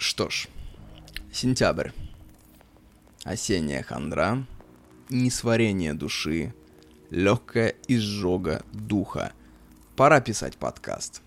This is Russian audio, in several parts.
Что ж, сентябрь. Осенняя хандра, несварение души, легкая изжога духа. Пора писать подкаст.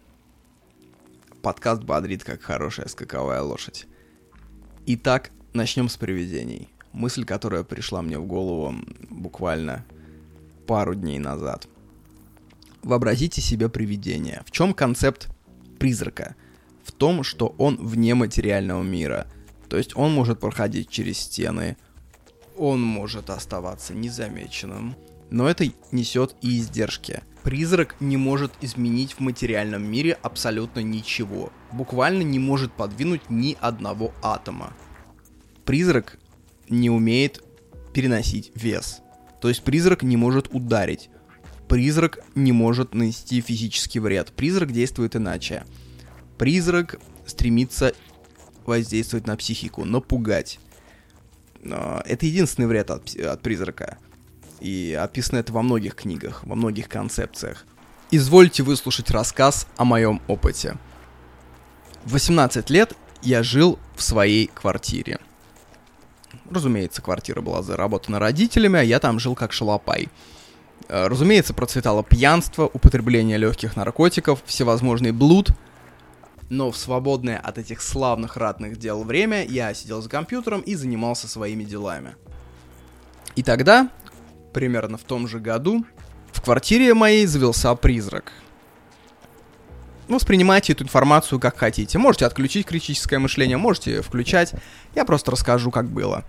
Подкаст бодрит, как хорошая скаковая лошадь. Итак, начнем с привидений. Мысль, которая пришла мне в голову буквально пару дней назад. Вообразите себе привидение. В чем концепт призрака? В том, что он вне материального мира. То есть он может проходить через стены, он может оставаться незамеченным. Но это несет и издержки. Призрак не может изменить в материальном мире абсолютно ничего. Буквально не может подвинуть ни одного атома. Призрак не умеет переносить вес. То есть призрак не может ударить. Призрак не может нанести физический вред. Призрак действует иначе. Призрак стремится воздействовать на психику, напугать. Это единственный вред от призрака. И описано это во многих книгах, во многих концепциях. Извольте выслушать рассказ о моем опыте. В 18 лет я жил в своей квартире. Разумеется, квартира была заработана родителями, а я там жил как шалопай. Разумеется, процветало пьянство, употребление легких наркотиков, всевозможный блуд. Но в свободное от этих славных ратных дел время я сидел за компьютером и занимался своими делами. И тогда, примерно в том же году, в квартире моей завелся призрак. Воспринимайте эту информацию как хотите. Можете отключить критическое мышление, можете включать. Я просто расскажу, как было.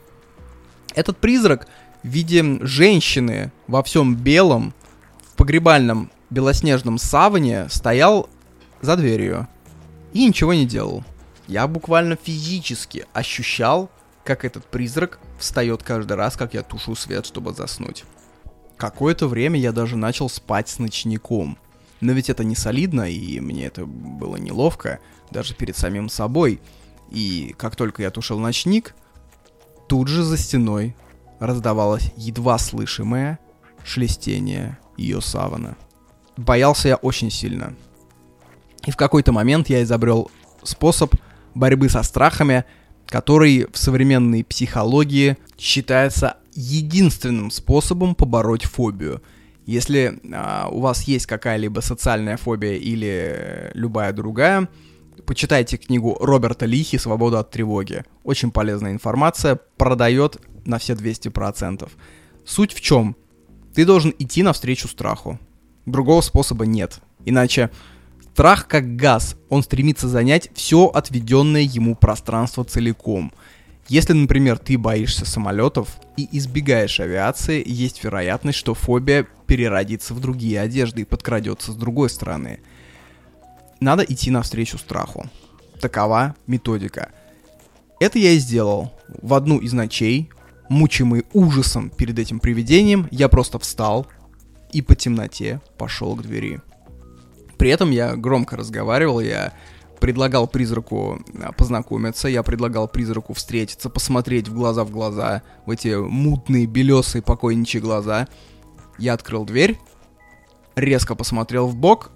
Этот призрак в виде женщины во всем белом, в погребальном белоснежном саване стоял за дверью. И ничего не делал. Я буквально физически ощущал, как этот призрак встает каждый раз, как я тушу свет, чтобы заснуть. Какое-то время я даже начал спать с ночником. Но ведь это не солидно, и мне это было неловко, даже перед самим собой. И как только я тушил ночник, тут же за стеной раздавалось едва слышимое шелестение ее савана. Боялся я очень сильно. И в какой-то момент я изобрел способ борьбы со страхами, который в современной психологии считается единственным способом побороть фобию. Если у вас есть какая-либо социальная фобия или любая другая, почитайте книгу Роберта Лихи «Свобода от тревоги». Очень полезная информация, продает на все 200%. Суть в чем? Ты должен идти навстречу страху. Другого способа нет. Иначе страх как газ, он стремится занять все отведенное ему пространство целиком. Если, например, ты боишься самолетов и избегаешь авиации, есть вероятность, что фобия переродится в другие одежды и подкрадется с другой стороны. Надо идти навстречу страху. Такова методика. Это я и сделал. В одну из ночей, мучимый ужасом перед этим привидением, я просто встал и по темноте пошел к двери. При этом я громко разговаривал, я предлагал призраку познакомиться, я предлагал призраку встретиться, посмотреть в глаза, в эти мутные, белесые, покойничьи глаза. Я открыл дверь, резко посмотрел вбок,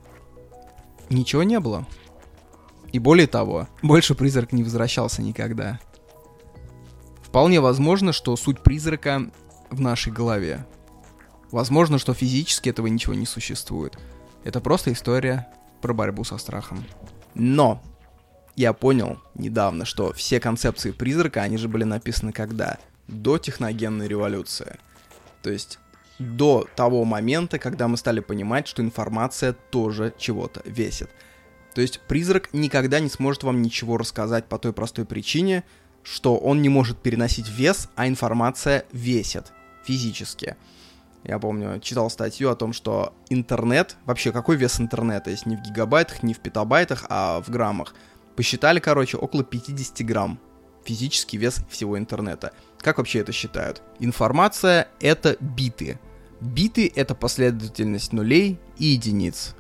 ничего не было. И более того, больше призрак не возвращался никогда. Вполне возможно, что суть призрака в нашей голове. Возможно, что физически этого ничего не существует. Это просто история про борьбу со страхом. Но я понял недавно, что все концепции призрака, они же были написаны когда? До техногенной революции. То есть до того момента, когда мы стали понимать, что информация тоже чего-то весит. То есть призрак никогда не сможет вам ничего рассказать по той простой причине, что он не может переносить вес, а информация весит физически. Я помню, читал статью о том, что интернет, вообще какой вес интернета, если не в гигабайтах, не в петабайтах, а в граммах. Посчитали, около 50 грамм физический вес всего интернета. Как вообще это считают? Информация — это биты. Биты — это последовательность нулей и единиц.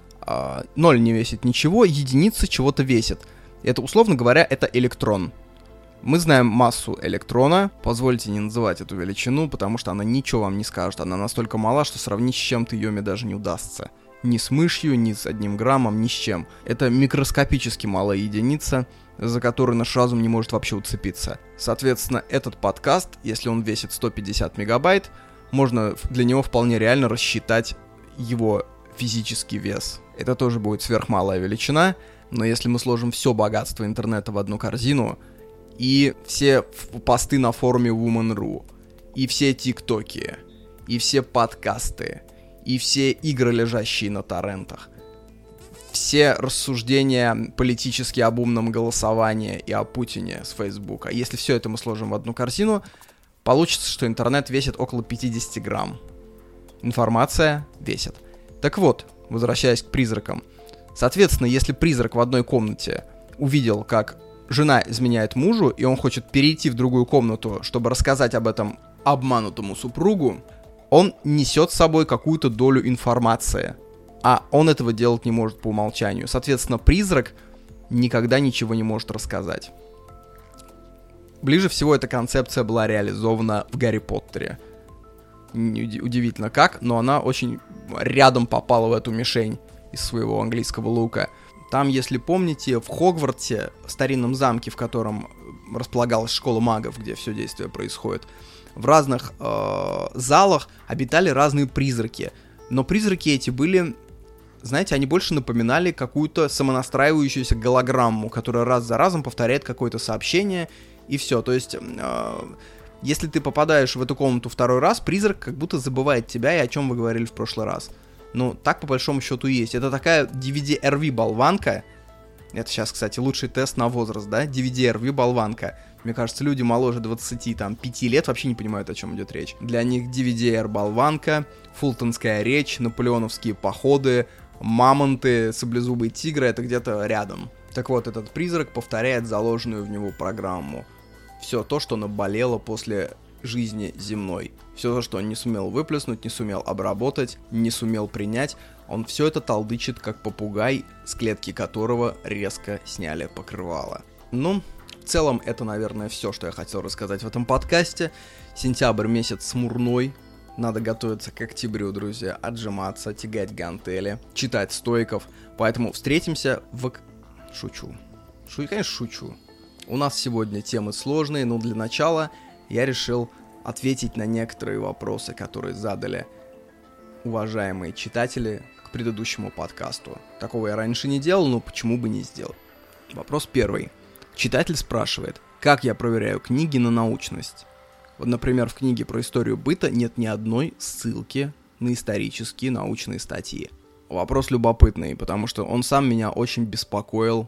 0 не весит ничего, единица чего-то весит. Это, условно говоря, это электрон. Мы знаем массу электрона, позвольте не называть эту величину, потому что она ничего вам не скажет, она настолько мала, что сравнить с чем-то Йоме даже не удастся. Ни с мышью, ни с 1 граммом, ни с чем. Это микроскопически малая единица, за которую наш разум не может вообще уцепиться. Соответственно, этот подкаст, если он весит 150 мегабайт, можно для него вполне реально рассчитать его физический вес. Это тоже будет сверхмалая величина, но если мы сложим все богатство интернета в одну корзину, и все посты на форуме Woman.ru, и все тиктоки, и все подкасты, и все игры, лежащие на торрентах, все рассуждения политически об умном голосовании и о Путине с Фейсбука, если все это мы сложим в одну корзину, получится, что интернет весит около 50 грамм. Информация весит. Так вот, возвращаясь к призракам. Соответственно, если призрак в одной комнате увидел, как жена изменяет мужу, и он хочет перейти в другую комнату, чтобы рассказать об этом обманутому супругу, он несет с собой какую-то долю информации, а он этого делать не может по умолчанию. Соответственно, призрак никогда ничего не может рассказать. Ближе всего эта концепция была реализована в Гарри Поттере. Удивительно как, но она очень рядом попала в эту мишень из своего английского лука. Там, если помните, в Хогвартсе, старинном замке, в котором располагалась школа магов, где все действие происходит, в разных залах обитали разные призраки. Но призраки эти были, знаете, они больше напоминали какую-то самонастраивающуюся голограмму, которая раз за разом повторяет какое-то сообщение, и все. То есть, если ты попадаешь в эту комнату второй раз, призрак как будто забывает тебя и о чем вы говорили в прошлый раз. Ну, так по большому счету есть. Это такая DVD-RV-болванка. Это сейчас, кстати, лучший тест на возраст, да? DVD-RV-болванка. Мне кажется, люди моложе 25 лет вообще не понимают, о чем идет речь. Для них DVD-R-болванка, фултонская речь, наполеоновские походы, мамонты, саблезубые тигры — это где-то рядом. Так вот, этот призрак повторяет заложенную в него программу. Все то, что наболело после жизни земной. Все то, что он не сумел выплеснуть, не сумел обработать, не сумел принять, он все это толдычит, как попугай, с клетки которого резко сняли покрывало. Ну, в целом, это, наверное, все, что я хотел рассказать в этом подкасте. Сентябрь месяц смурной. Надо готовиться к октябрю, друзья. Отжиматься, тягать гантели, читать стоиков. Поэтому встретимся в... Шучу. Конечно, шучу. У нас сегодня темы сложные, но для начала я решил ответить на некоторые вопросы, которые задали уважаемые читатели к предыдущему подкасту. Такого я раньше не делал, но почему бы не сделать? Вопрос первый. Читатель спрашивает, как я проверяю книги на научность? Вот, например, в книге про историю быта нет ни одной ссылки на исторические научные статьи. Вопрос любопытный, потому что он сам меня очень беспокоил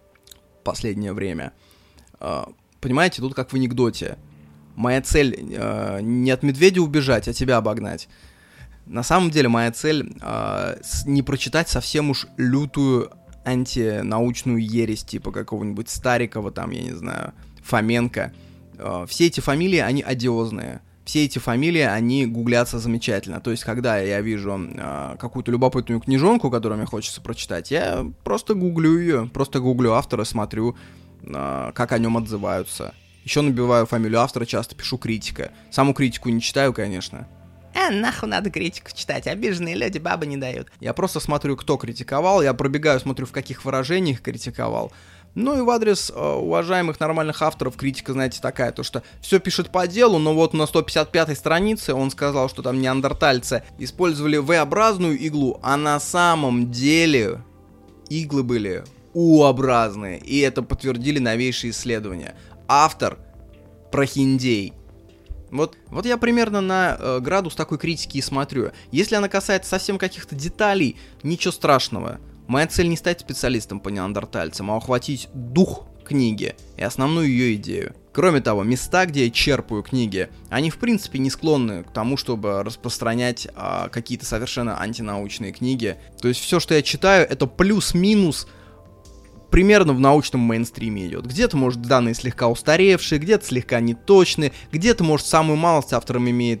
в последнее время. Понимаете, тут как в анекдоте. Моя цель не от медведя убежать, а тебя обогнать. На самом деле моя цель не прочитать совсем уж лютую антинаучную ересь, типа какого-нибудь Старикова, там, я не знаю, Фоменко. Все эти фамилии, они одиозные. Все эти фамилии, они гуглятся замечательно. То есть, когда я вижу какую-то любопытную книжонку, которую мне хочется прочитать, я просто гуглю ее, просто гуглю автора, смотрю, как о нем отзываются. Еще набиваю фамилию автора, часто пишу критика. Саму критику не читаю, конечно. Нахуй надо критику читать, обиженные люди бабы не дают. Я просто смотрю, кто критиковал, я пробегаю, смотрю, в каких выражениях критиковал. Ну и в адрес уважаемых нормальных авторов критика, знаете, такая, то что все пишет по делу, но вот на 155-й странице он сказал, что там неандертальцы использовали V-образную иглу, а на самом деле иглы были U-образные, и это подтвердили новейшие исследования. Автор прохиндей. Вот я примерно на градус такой критики и смотрю. Если она касается совсем каких-то деталей, ничего страшного. Моя цель не стать специалистом по неандертальцам, а ухватить дух книги и основную ее идею. Кроме того, места, где я черпаю книги, они в принципе не склонны к тому, чтобы распространять какие-то совершенно антинаучные книги. То есть все, что я читаю, это плюс-минус примерно в научном мейнстриме идет. Где-то, может, данные слегка устаревшие, где-то слегка неточные, где-то, может, самую малость автором имеет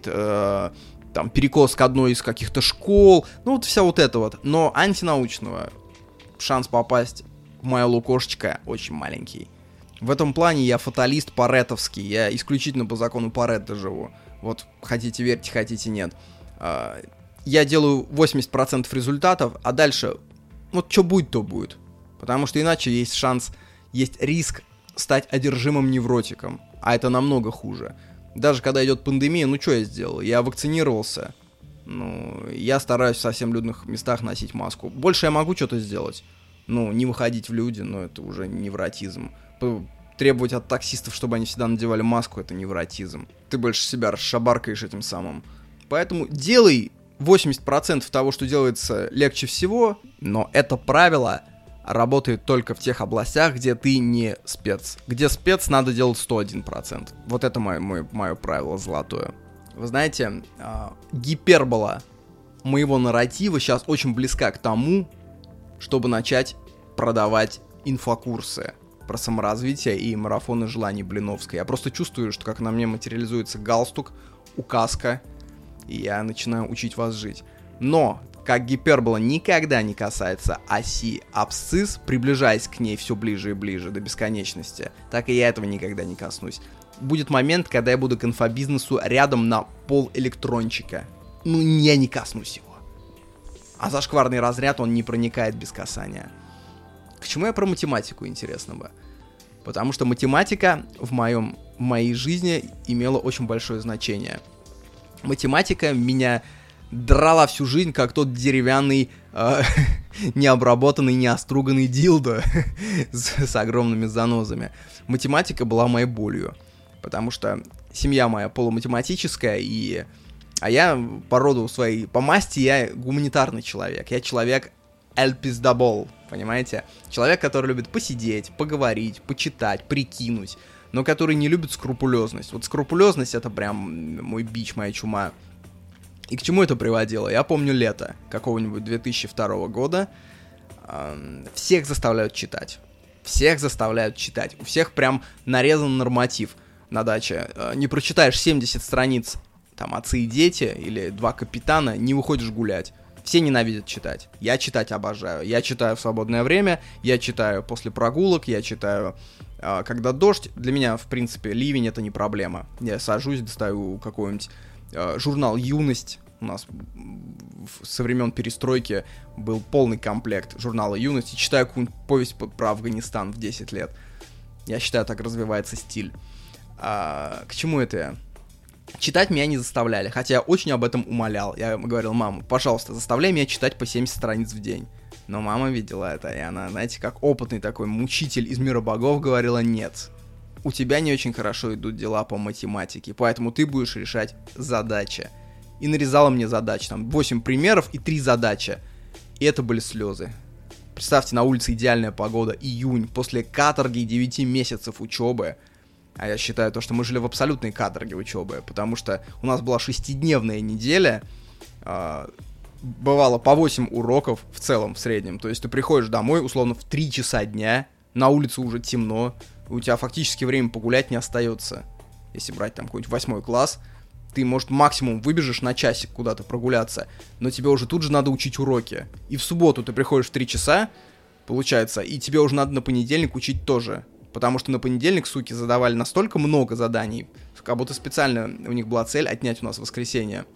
там перекос к одной из каких-то школ, ну вот вся вот это вот. Но антинаучного шанс попасть в мое лукошечко очень маленький. В этом плане я фаталист паретовский, я исключительно по закону Паретта живу. Вот хотите верьте, хотите нет. я делаю 80% результатов, а дальше, вот что будет, то будет. Потому что иначе есть шанс, есть риск стать одержимым невротиком. А это намного хуже. Даже когда идет пандемия, ну что я сделал? Я вакцинировался. Ну, я стараюсь в совсем людных местах носить маску. Больше я могу что-то сделать. Ну, не выходить в люди, но это уже невротизм. Требовать от таксистов, чтобы они всегда надевали маску, это невротизм. Ты больше себя расшабаркаешь этим самым. Поэтому делай 80% того, что делается легче всего, но это правило работает только в тех областях, где ты не спец. Где спец, надо делать 101%. Вот это мое правило золотое. Вы знаете, гипербола моего нарратива сейчас очень близка к тому, чтобы начать продавать инфокурсы про саморазвитие и марафоны желаний Блиновской. Я просто чувствую, что как на мне материализуется галстук, указка, и я начинаю учить вас жить. Но, как гипербола никогда не касается оси абсцисс, приближаясь к ней все ближе и ближе до бесконечности, так и я этого никогда не коснусь. Будет момент, когда я буду к инфобизнесу рядом на пол-электрончика. Ну, я не коснусь его. А зашкварный разряд, он не проникает без касания. К чему я про математику, интересно бы? Потому что математика в моей жизни имела очень большое значение. Математика меня драла всю жизнь, как тот деревянный, необработанный, неоструганный дилдо с огромными занозами. Математика была моей болью, потому что семья моя полуматематическая, а я по роду своей, по масти я гуманитарный человек. Я человек эль-пиздабол, понимаете? Человек, который любит посидеть, поговорить, почитать, прикинуть, но который не любит скрупулезность. Вот скрупулезность — это прям мой бич, моя чума. И к чему это приводило? Я помню лето какого-нибудь 2002 года. Всех заставляют читать. Всех заставляют читать. У всех прям нарезан норматив на даче. Не прочитаешь 70 страниц там «Отцы и дети» или «Два капитана», не выходишь гулять. Все ненавидят читать. Я читать обожаю. Я читаю в свободное время, я читаю после прогулок, я читаю, когда дождь. Для меня, в принципе, ливень — это не проблема. Я сажусь, достаю какой-нибудь журнал «Юность». У нас со времен перестройки был полный комплект журнала «Юность». И читаю какую-нибудь повесть про Афганистан в 10 лет. Я считаю, так развивается стиль. К чему это я? Читать меня не заставляли, хотя я очень об этом умолял. Я говорил: мама, пожалуйста, заставляй меня читать по 70 страниц в день. Но мама видела это, и она, знаете, как опытный такой мучитель из мира богов говорила: нет, у тебя не очень хорошо идут дела по математике, поэтому ты будешь решать задачи. И нарезала мне задач, там 8 примеров и 3 задачи. И это были слезы. Представьте, на улице идеальная погода, июнь, после каторги 9 месяцев учебы. А я считаю то, что мы жили в абсолютной каторге учебы, потому что у нас была 6-дневная неделя, бывало по 8 уроков в целом, в среднем. То есть ты приходишь домой, условно, в 3 часа дня, на улице уже темно, у тебя фактически время погулять не остается. Если брать там какой-нибудь 8 класс, ты, может, максимум выбежишь на часик куда-то прогуляться, но тебе уже тут же надо учить уроки. И в субботу ты приходишь в 3 часа, получается, и тебе уже надо на понедельник учить тоже. Потому что на понедельник, суки, задавали настолько много заданий, как будто специально у них была цель отнять у нас воскресенье.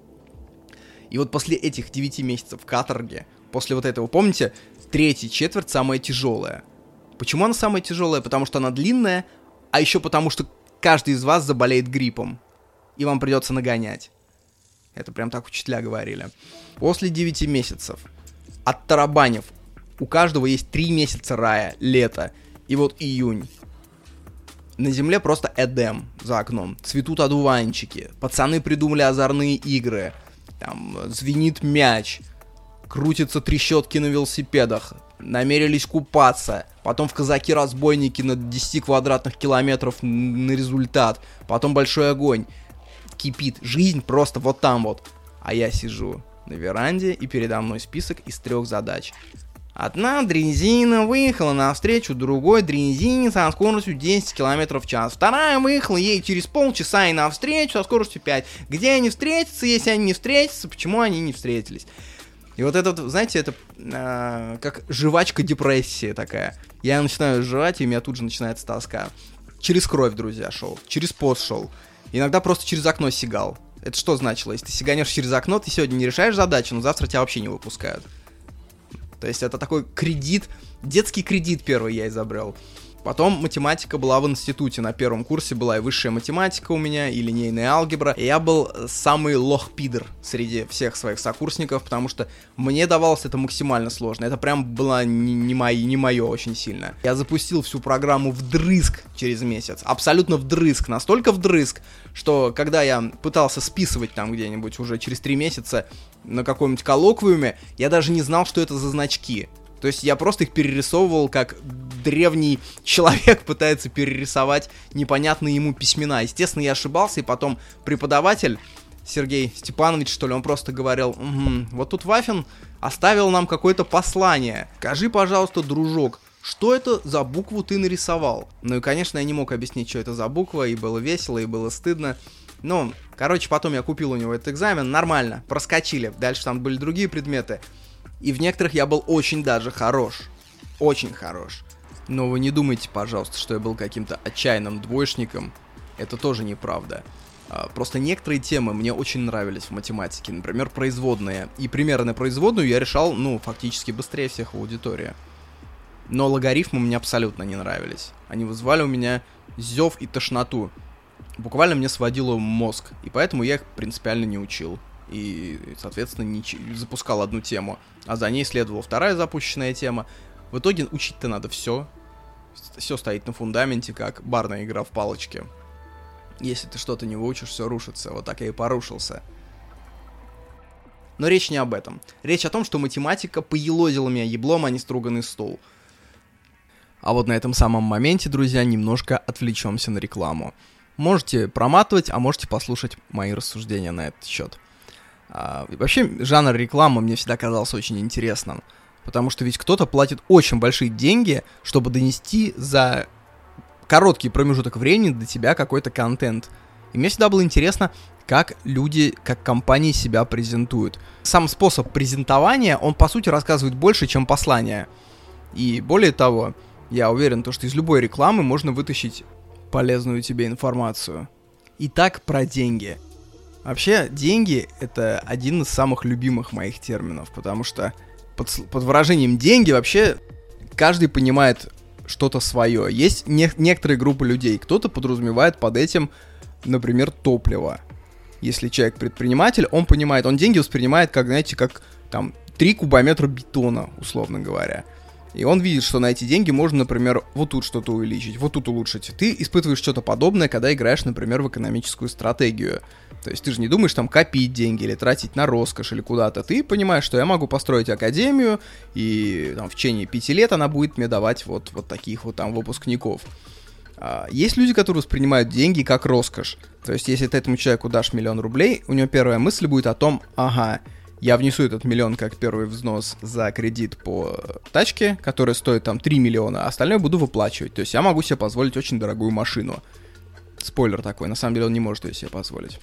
И вот после этих 9 месяцев каторги, после вот этого, помните, 3-я четверть самая тяжелая. Почему она самая тяжелая? Потому что она длинная, а еще потому что каждый из вас заболеет гриппом, и вам придется нагонять. Это прям так учителя говорили. После 9 месяцев, оттарабанив, у каждого есть 3 месяца рая, лето. И вот июнь. На земле просто Эдем за окном. Цветут одуванчики. Пацаны придумали озорные игры. Там звенит мяч. Крутятся трещотки на велосипедах. Намерились купаться. Потом в казаки-разбойники на 10 квадратных километров на результат. Потом большой огонь. Кипит. Жизнь просто вот там вот. А я сижу на веранде, и передо мной список из 3 задач. Одна дрезина выехала навстречу другой дрезине со скоростью 10 км в час. Вторая выехала ей через полчаса и навстречу со скоростью 5. Где они встретятся, если они не встретятся, почему они не встретились? И вот это, знаете, это как жвачка депрессии такая. Я начинаю жевать, и у меня тут же начинается тоска. Через кровь, друзья, шел, через пот шел. Иногда просто через окно сигал. Это что значило? Если ты сиганешь через окно, ты сегодня не решаешь задачу, но завтра тебя вообще не выпускают. То есть это такой кредит, детский кредит первый я изобрел. Потом математика была в институте, на первом курсе была и высшая математика у меня, и линейная алгебра. И я был самый лох-пидор среди всех своих сокурсников, потому что мне давалось это максимально сложно. Это прям было не мое очень сильно. Я запустил всю программу вдрызг через месяц, абсолютно вдрызг, настолько вдрызг, что когда я пытался списывать там где-нибудь уже через 3 месяца на каком-нибудь коллоквиуме, я даже не знал, что это за значки. То есть я просто их перерисовывал, как древний человек пытается перерисовать непонятные ему письмена. Естественно, я ошибался, и потом преподаватель, Сергей Степанович, что ли, он просто говорил: вот тут Вафин оставил нам какое-то послание. Скажи, пожалуйста, дружок, что это за букву ты нарисовал? Ну и, конечно, я не мог объяснить, что это за буква, и было весело, и было стыдно. Ну, короче, потом я купил у него этот экзамен, нормально, проскочили. Дальше там были другие предметы. И в некоторых я был очень даже хорош. Очень хорош. Но вы не думайте, пожалуйста, что я был каким-то отчаянным двоечником. Это тоже неправда. Просто некоторые темы мне очень нравились в математике. Например, производные. И примеры на производную я решал, фактически быстрее всех в аудитории. Но логарифмы мне абсолютно не нравились. Они вызывали у меня зев и тошноту. Буквально мне сводило мозг. И поэтому я их принципиально не учил. И, соответственно, запускал одну тему, а за ней следовала вторая запущенная тема. В итоге учить-то надо все. Все стоит на фундаменте, как барная игра в палочке. Если ты что-то не выучишь, все рушится. Вот так я и порушился. Но речь не об этом. Речь о том, что математика поелозила меня еблом, а не струганный стол. А вот на этом самом моменте, друзья, немножко отвлечемся на рекламу. Можете проматывать, а можете послушать мои рассуждения на этот счет. Вообще, жанр рекламы мне всегда казался очень интересным, потому что ведь кто-то платит очень большие деньги, чтобы донести за короткий промежуток времени до тебя какой-то контент. И мне всегда было интересно, как люди, как компании себя презентуют. Сам способ презентования, он по сути рассказывает больше, чем послание. И более того, я уверен, что из любой рекламы можно вытащить полезную тебе информацию. Итак, про деньги. Вообще, деньги — это один из самых любимых моих терминов, потому что под выражением «деньги» вообще каждый понимает что-то свое. Есть некоторые группы людей, кто-то подразумевает под этим, например, топливо. Если человек предприниматель, он понимает, он деньги воспринимает как, знаете, как там 3 кубометра бетона, условно говоря. И он видит, что на эти деньги можно, например, вот тут что-то увеличить, вот тут улучшить. Ты испытываешь что-то подобное, когда играешь, например, в экономическую стратегию. То есть ты же не думаешь там копить деньги или тратить на роскошь или куда-то. Ты понимаешь, что я могу построить академию, и там, в течение 5 лет она будет мне давать вот таких вот там выпускников. Есть люди, которые воспринимают деньги как роскошь. То есть если ты этому человеку дашь 1 000 000 рублей, у него первая мысль будет о том: ага, я внесу этот 1 000 000 как первый взнос за кредит по тачке, которая стоит там 3 миллиона, а остальное буду выплачивать. То есть я могу себе позволить очень дорогую машину. Спойлер такой, на самом деле он не может ее себе позволить.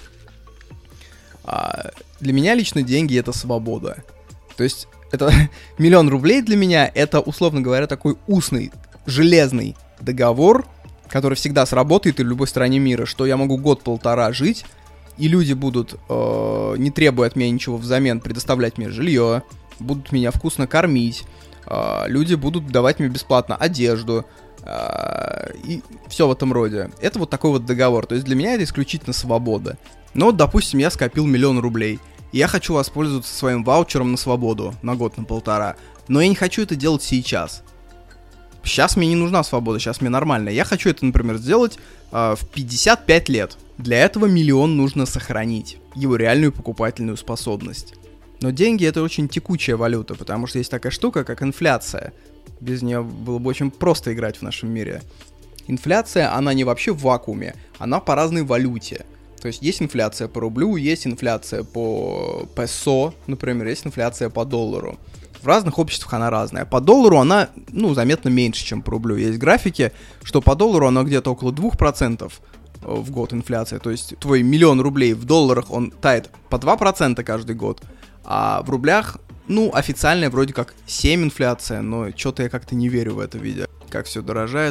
Для меня лично деньги — это свобода. То есть это 1 000 000 рублей для меня — это, условно говоря, такой устный, железный договор, который всегда сработает и в любой стране мира, что я могу 1-1.5 жить, и люди будут, не требуя от меня ничего взамен, предоставлять мне жилье, будут меня вкусно кормить, люди будут давать мне бесплатно одежду, и все в этом роде. Это вот такой вот договор. То есть для меня это исключительно свобода. Но вот, допустим, я скопил 1 000 000 рублей, и я хочу воспользоваться своим ваучером на свободу на 1-1.5, но я не хочу это делать сейчас. Сейчас мне не нужна свобода, сейчас мне нормально. Я хочу это, например, сделать в 55 лет. Для этого 1 000 000 нужно сохранить, его реальную покупательную способность. Но деньги — это очень текучая валюта, потому что есть такая штука, как инфляция. Без нее было бы очень просто играть в нашем мире. Инфляция, она не вообще в вакууме, она по разной валюте. То есть инфляция по рублю, есть инфляция по песо, например, есть инфляция по доллару. В разных обществах она разная. По доллару она, заметно меньше, чем по рублю. Есть графики, что по доллару она где-то около 2% в год инфляция. То есть твой 1 000 000 рублей в долларах, он тает по 2% каждый год. А в рублях, официальная вроде как 7 инфляция, но что-то я как-то не верю в это, видя, как все дорожает.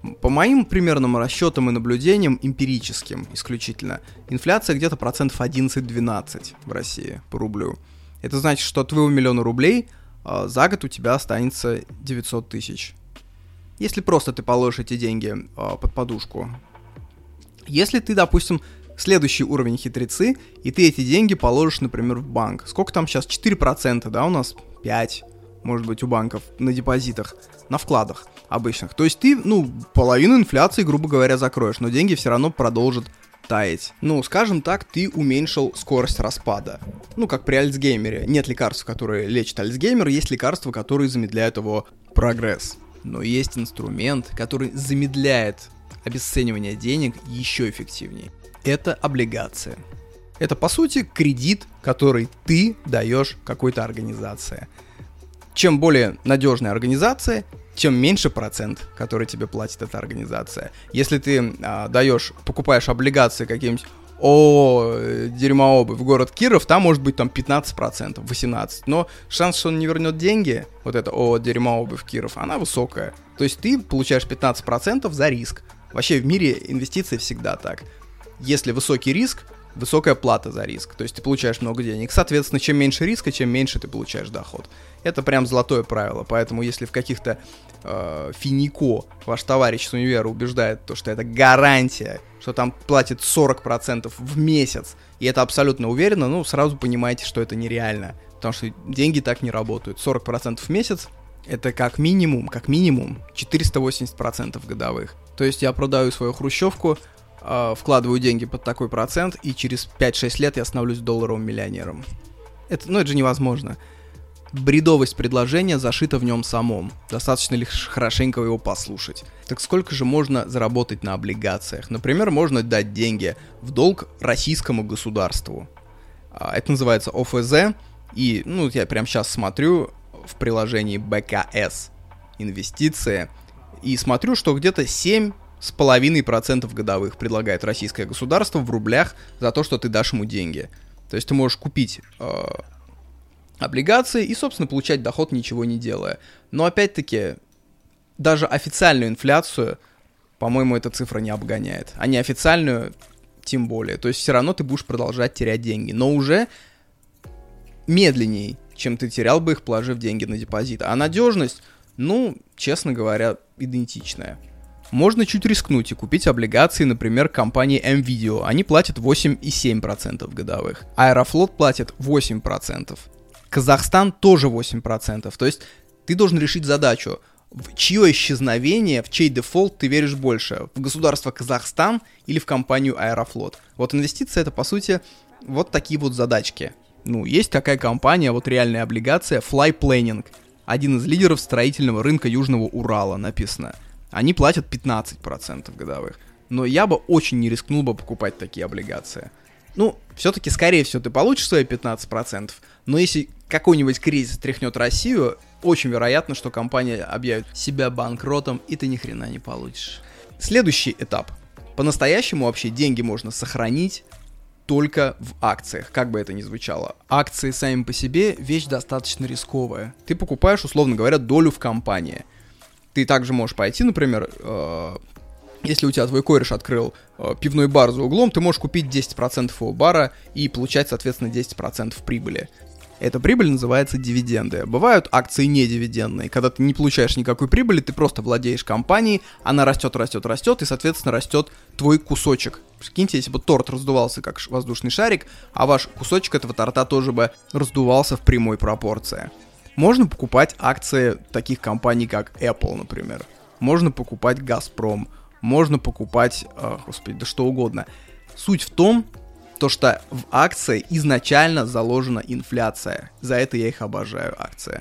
По моим примерным расчетам и наблюдениям, эмпирическим исключительно, инфляция где-то 11-12% в России по рублю. Это значит, что от твоего миллиона рублей за год у тебя останется 900 тысяч. Если просто ты положишь эти деньги под подушку. Если ты, допустим, следующий уровень хитрецы, и ты эти деньги положишь, например, в банк. Сколько там сейчас? 4%, да, у нас 5%, может быть, у банков на депозитах, на вкладах обычных. То есть ты, половину инфляции, грубо говоря, закроешь, но деньги все равно продолжат таять. Скажем так, ты уменьшил скорость распада. Как при Альцгеймере. Нет лекарств, которые лечат Альцгеймер, есть лекарства, которые замедляют его прогресс. Но есть инструмент, который замедляет обесценивание денег еще эффективнее. Это облигация. Это, по сути, кредит, который ты даешь какой-то организации. Чем более надежная организация, тем меньше процент, который тебе платит эта организация. Если ты покупаешь облигации каким-нибудь дерьмообувь в город Киров, там может быть 15%, 18%. Но шанс, что он не вернет деньги, вот это дерьмообувь Киров, она высокая. То есть ты получаешь 15% за риск. Вообще в мире инвестиций всегда так. Если высокий риск, высокая плата за риск. То есть ты получаешь много денег. Соответственно, чем меньше риска, чем меньше ты получаешь доход. Это прям золотое правило. Поэтому если в каких-то финико ваш товарищ с универа убеждает, что это гарантия, что там платит 40% в месяц, и это абсолютно уверенно, сразу понимаете, что это нереально. Потому что деньги так не работают. 40% в месяц — это как минимум 480% годовых. То есть я продаю свою хрущевку, вкладываю деньги под такой процент, и через 5-6 лет я становлюсь долларовым миллионером. Это же невозможно. Бредовость предложения зашита в нем самом. Достаточно лишь хорошенько его послушать. Так сколько же можно заработать на облигациях? Например, можно дать деньги в долг российскому государству. Это называется ОФЗ. И, я прямо сейчас смотрю в приложении БКС инвестиции. И смотрю, что где-то 7,5% годовых предлагает российское государство в рублях за то, что ты дашь ему деньги. То есть ты можешь купить облигации и, собственно, получать доход, ничего не делая. Но, опять-таки, даже официальную инфляцию, по-моему, эта цифра не обгоняет. А неофициальную тем более. То есть все равно ты будешь продолжать терять деньги. Но уже медленнее, чем ты терял бы их, положив деньги на депозит. А надежность, честно говоря, идентичная. Можно чуть рискнуть и купить облигации, например, компании M-Video. Они платят 8,7% годовых. Аэрофлот платит 8%. Казахстан тоже 8%. То есть ты должен решить задачу, в чье исчезновение, в чей дефолт ты веришь больше? В государство Казахстан или в компанию Аэрофлот? Вот инвестиция — это, по сути, вот такие вот задачки. Есть такая компания, реальная облигация Fly Planning. Один из лидеров строительного рынка Южного Урала, написано. Они платят 15% годовых. Но я бы очень не рискнул бы покупать такие облигации. Все-таки, скорее всего, ты получишь свои 15%, но если какой-нибудь кризис тряхнет Россию, очень вероятно, что компания объявит себя банкротом, и ты ни хрена не получишь. Следующий этап. По-настоящему вообще деньги можно сохранить только в акциях, как бы это ни звучало. Акции сами по себе вещь достаточно рисковая. Ты покупаешь, условно говоря, долю в компании. Ты также можешь пойти, например, если у тебя твой кореш открыл пивной бар за углом, ты можешь купить 10% его бара и получать, соответственно, 10% прибыли. Эта прибыль называется дивиденды. Бывают акции недивидендные, когда ты не получаешь никакой прибыли, ты просто владеешь компанией, она растет, и, соответственно, растет твой кусочек. Прикиньте, если бы торт раздувался как воздушный шарик, а ваш кусочек этого торта тоже бы раздувался в прямой пропорции. Можно покупать акции таких компаний, как Apple, например. Можно покупать Газпром. Можно покупать, что угодно. Суть в том, что в акции изначально заложена инфляция. За это я их обожаю, акции.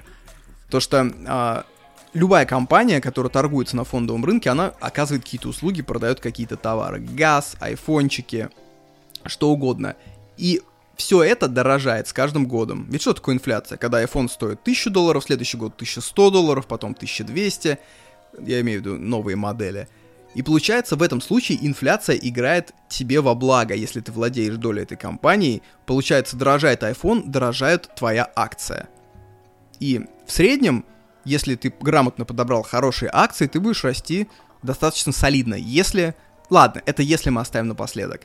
Любая компания, которая торгуется на фондовом рынке, она оказывает какие-то услуги, продает какие-то товары. Газ, айфончики, что угодно. И все это дорожает с каждым годом. Ведь что такое инфляция? Когда iPhone стоит $1000, в следующий год $1100, потом $1200. Я имею в виду новые модели. И получается, в этом случае инфляция играет тебе во благо, если ты владеешь долей этой компании. Получается, дорожает iPhone, дорожает твоя акция. И в среднем, если ты грамотно подобрал хорошие акции, ты будешь расти достаточно солидно, если... Ладно, это если мы оставим напоследок.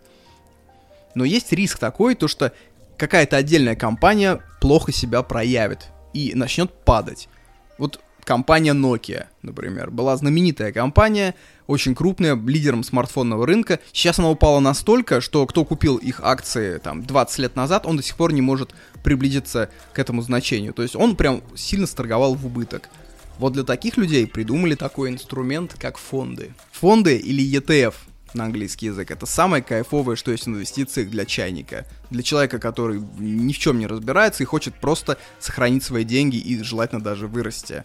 Но есть риск такой, то что какая-то отдельная компания плохо себя проявит и начнет падать. Вот компания Nokia, например, была знаменитая компания, очень крупная, лидером смартфонного рынка. Сейчас она упала настолько, что кто купил их акции там 20 лет назад, он до сих пор не может приблизиться к этому значению. То есть он прям сильно сторговал в убыток. Вот для таких людей придумали такой инструмент, как фонды. Фонды или ETF на английский язык — это самое кайфовое, что есть в инвестициях для чайника. Для человека, который ни в чем не разбирается и хочет просто сохранить свои деньги и желательно даже вырасти.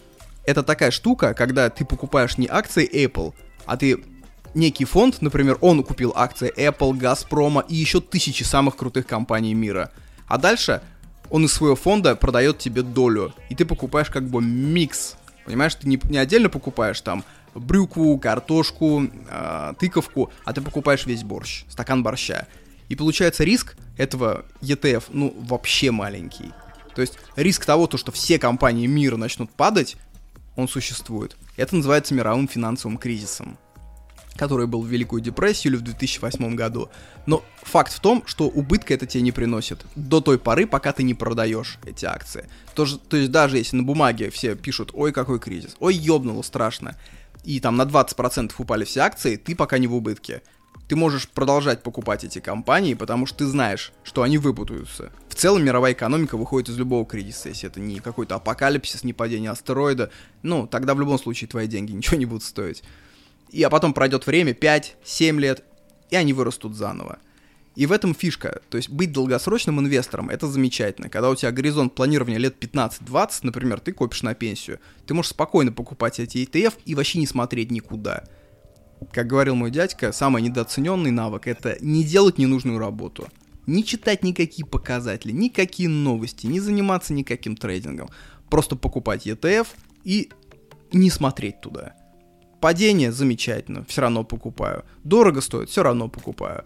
Это такая штука, когда ты покупаешь не акции Apple, а ты некий фонд, например, он купил акции Apple, Газпрома и еще тысячи самых крутых компаний мира. А дальше он из своего фонда продает тебе долю, и ты покупаешь как бы микс. Понимаешь, ты не отдельно покупаешь там брюкву, картошку, тыковку, а ты покупаешь весь борщ, стакан борща. И получается риск этого ETF, ну, вообще маленький. То есть риск того, что все компании мира начнут падать, он существует. Это называется мировым финансовым кризисом, который был в Великую депрессию или в 2008 году. Но факт в том, что убытка это тебе не приносит до той поры, пока ты не продаешь эти акции. То есть даже если на бумаге все пишут: ой, какой кризис, ой, ёбнуло страшно, и там на 20% упали все акции, ты пока не в убытке. Ты можешь продолжать покупать эти компании, потому что ты знаешь, что они выпутаются. В целом мировая экономика выходит из любого кризиса. Если это не какой-то апокалипсис, не падение астероида, ну, тогда в любом случае твои деньги ничего не будут стоить. А потом пройдет время, 5-7 лет, и они вырастут заново. И в этом фишка. То есть быть долгосрочным инвестором — это замечательно. Когда у тебя горизонт планирования лет 15-20, например, ты копишь на пенсию, ты можешь спокойно покупать эти ETF и вообще не смотреть никуда. Как говорил мой дядька, самый недооцененный навык — это не делать ненужную работу. Не читать никакие показатели, никакие новости, не заниматься никаким трейдингом. Просто покупать ETF и не смотреть туда. Падение — замечательно, все равно покупаю. Дорого стоит — все равно покупаю.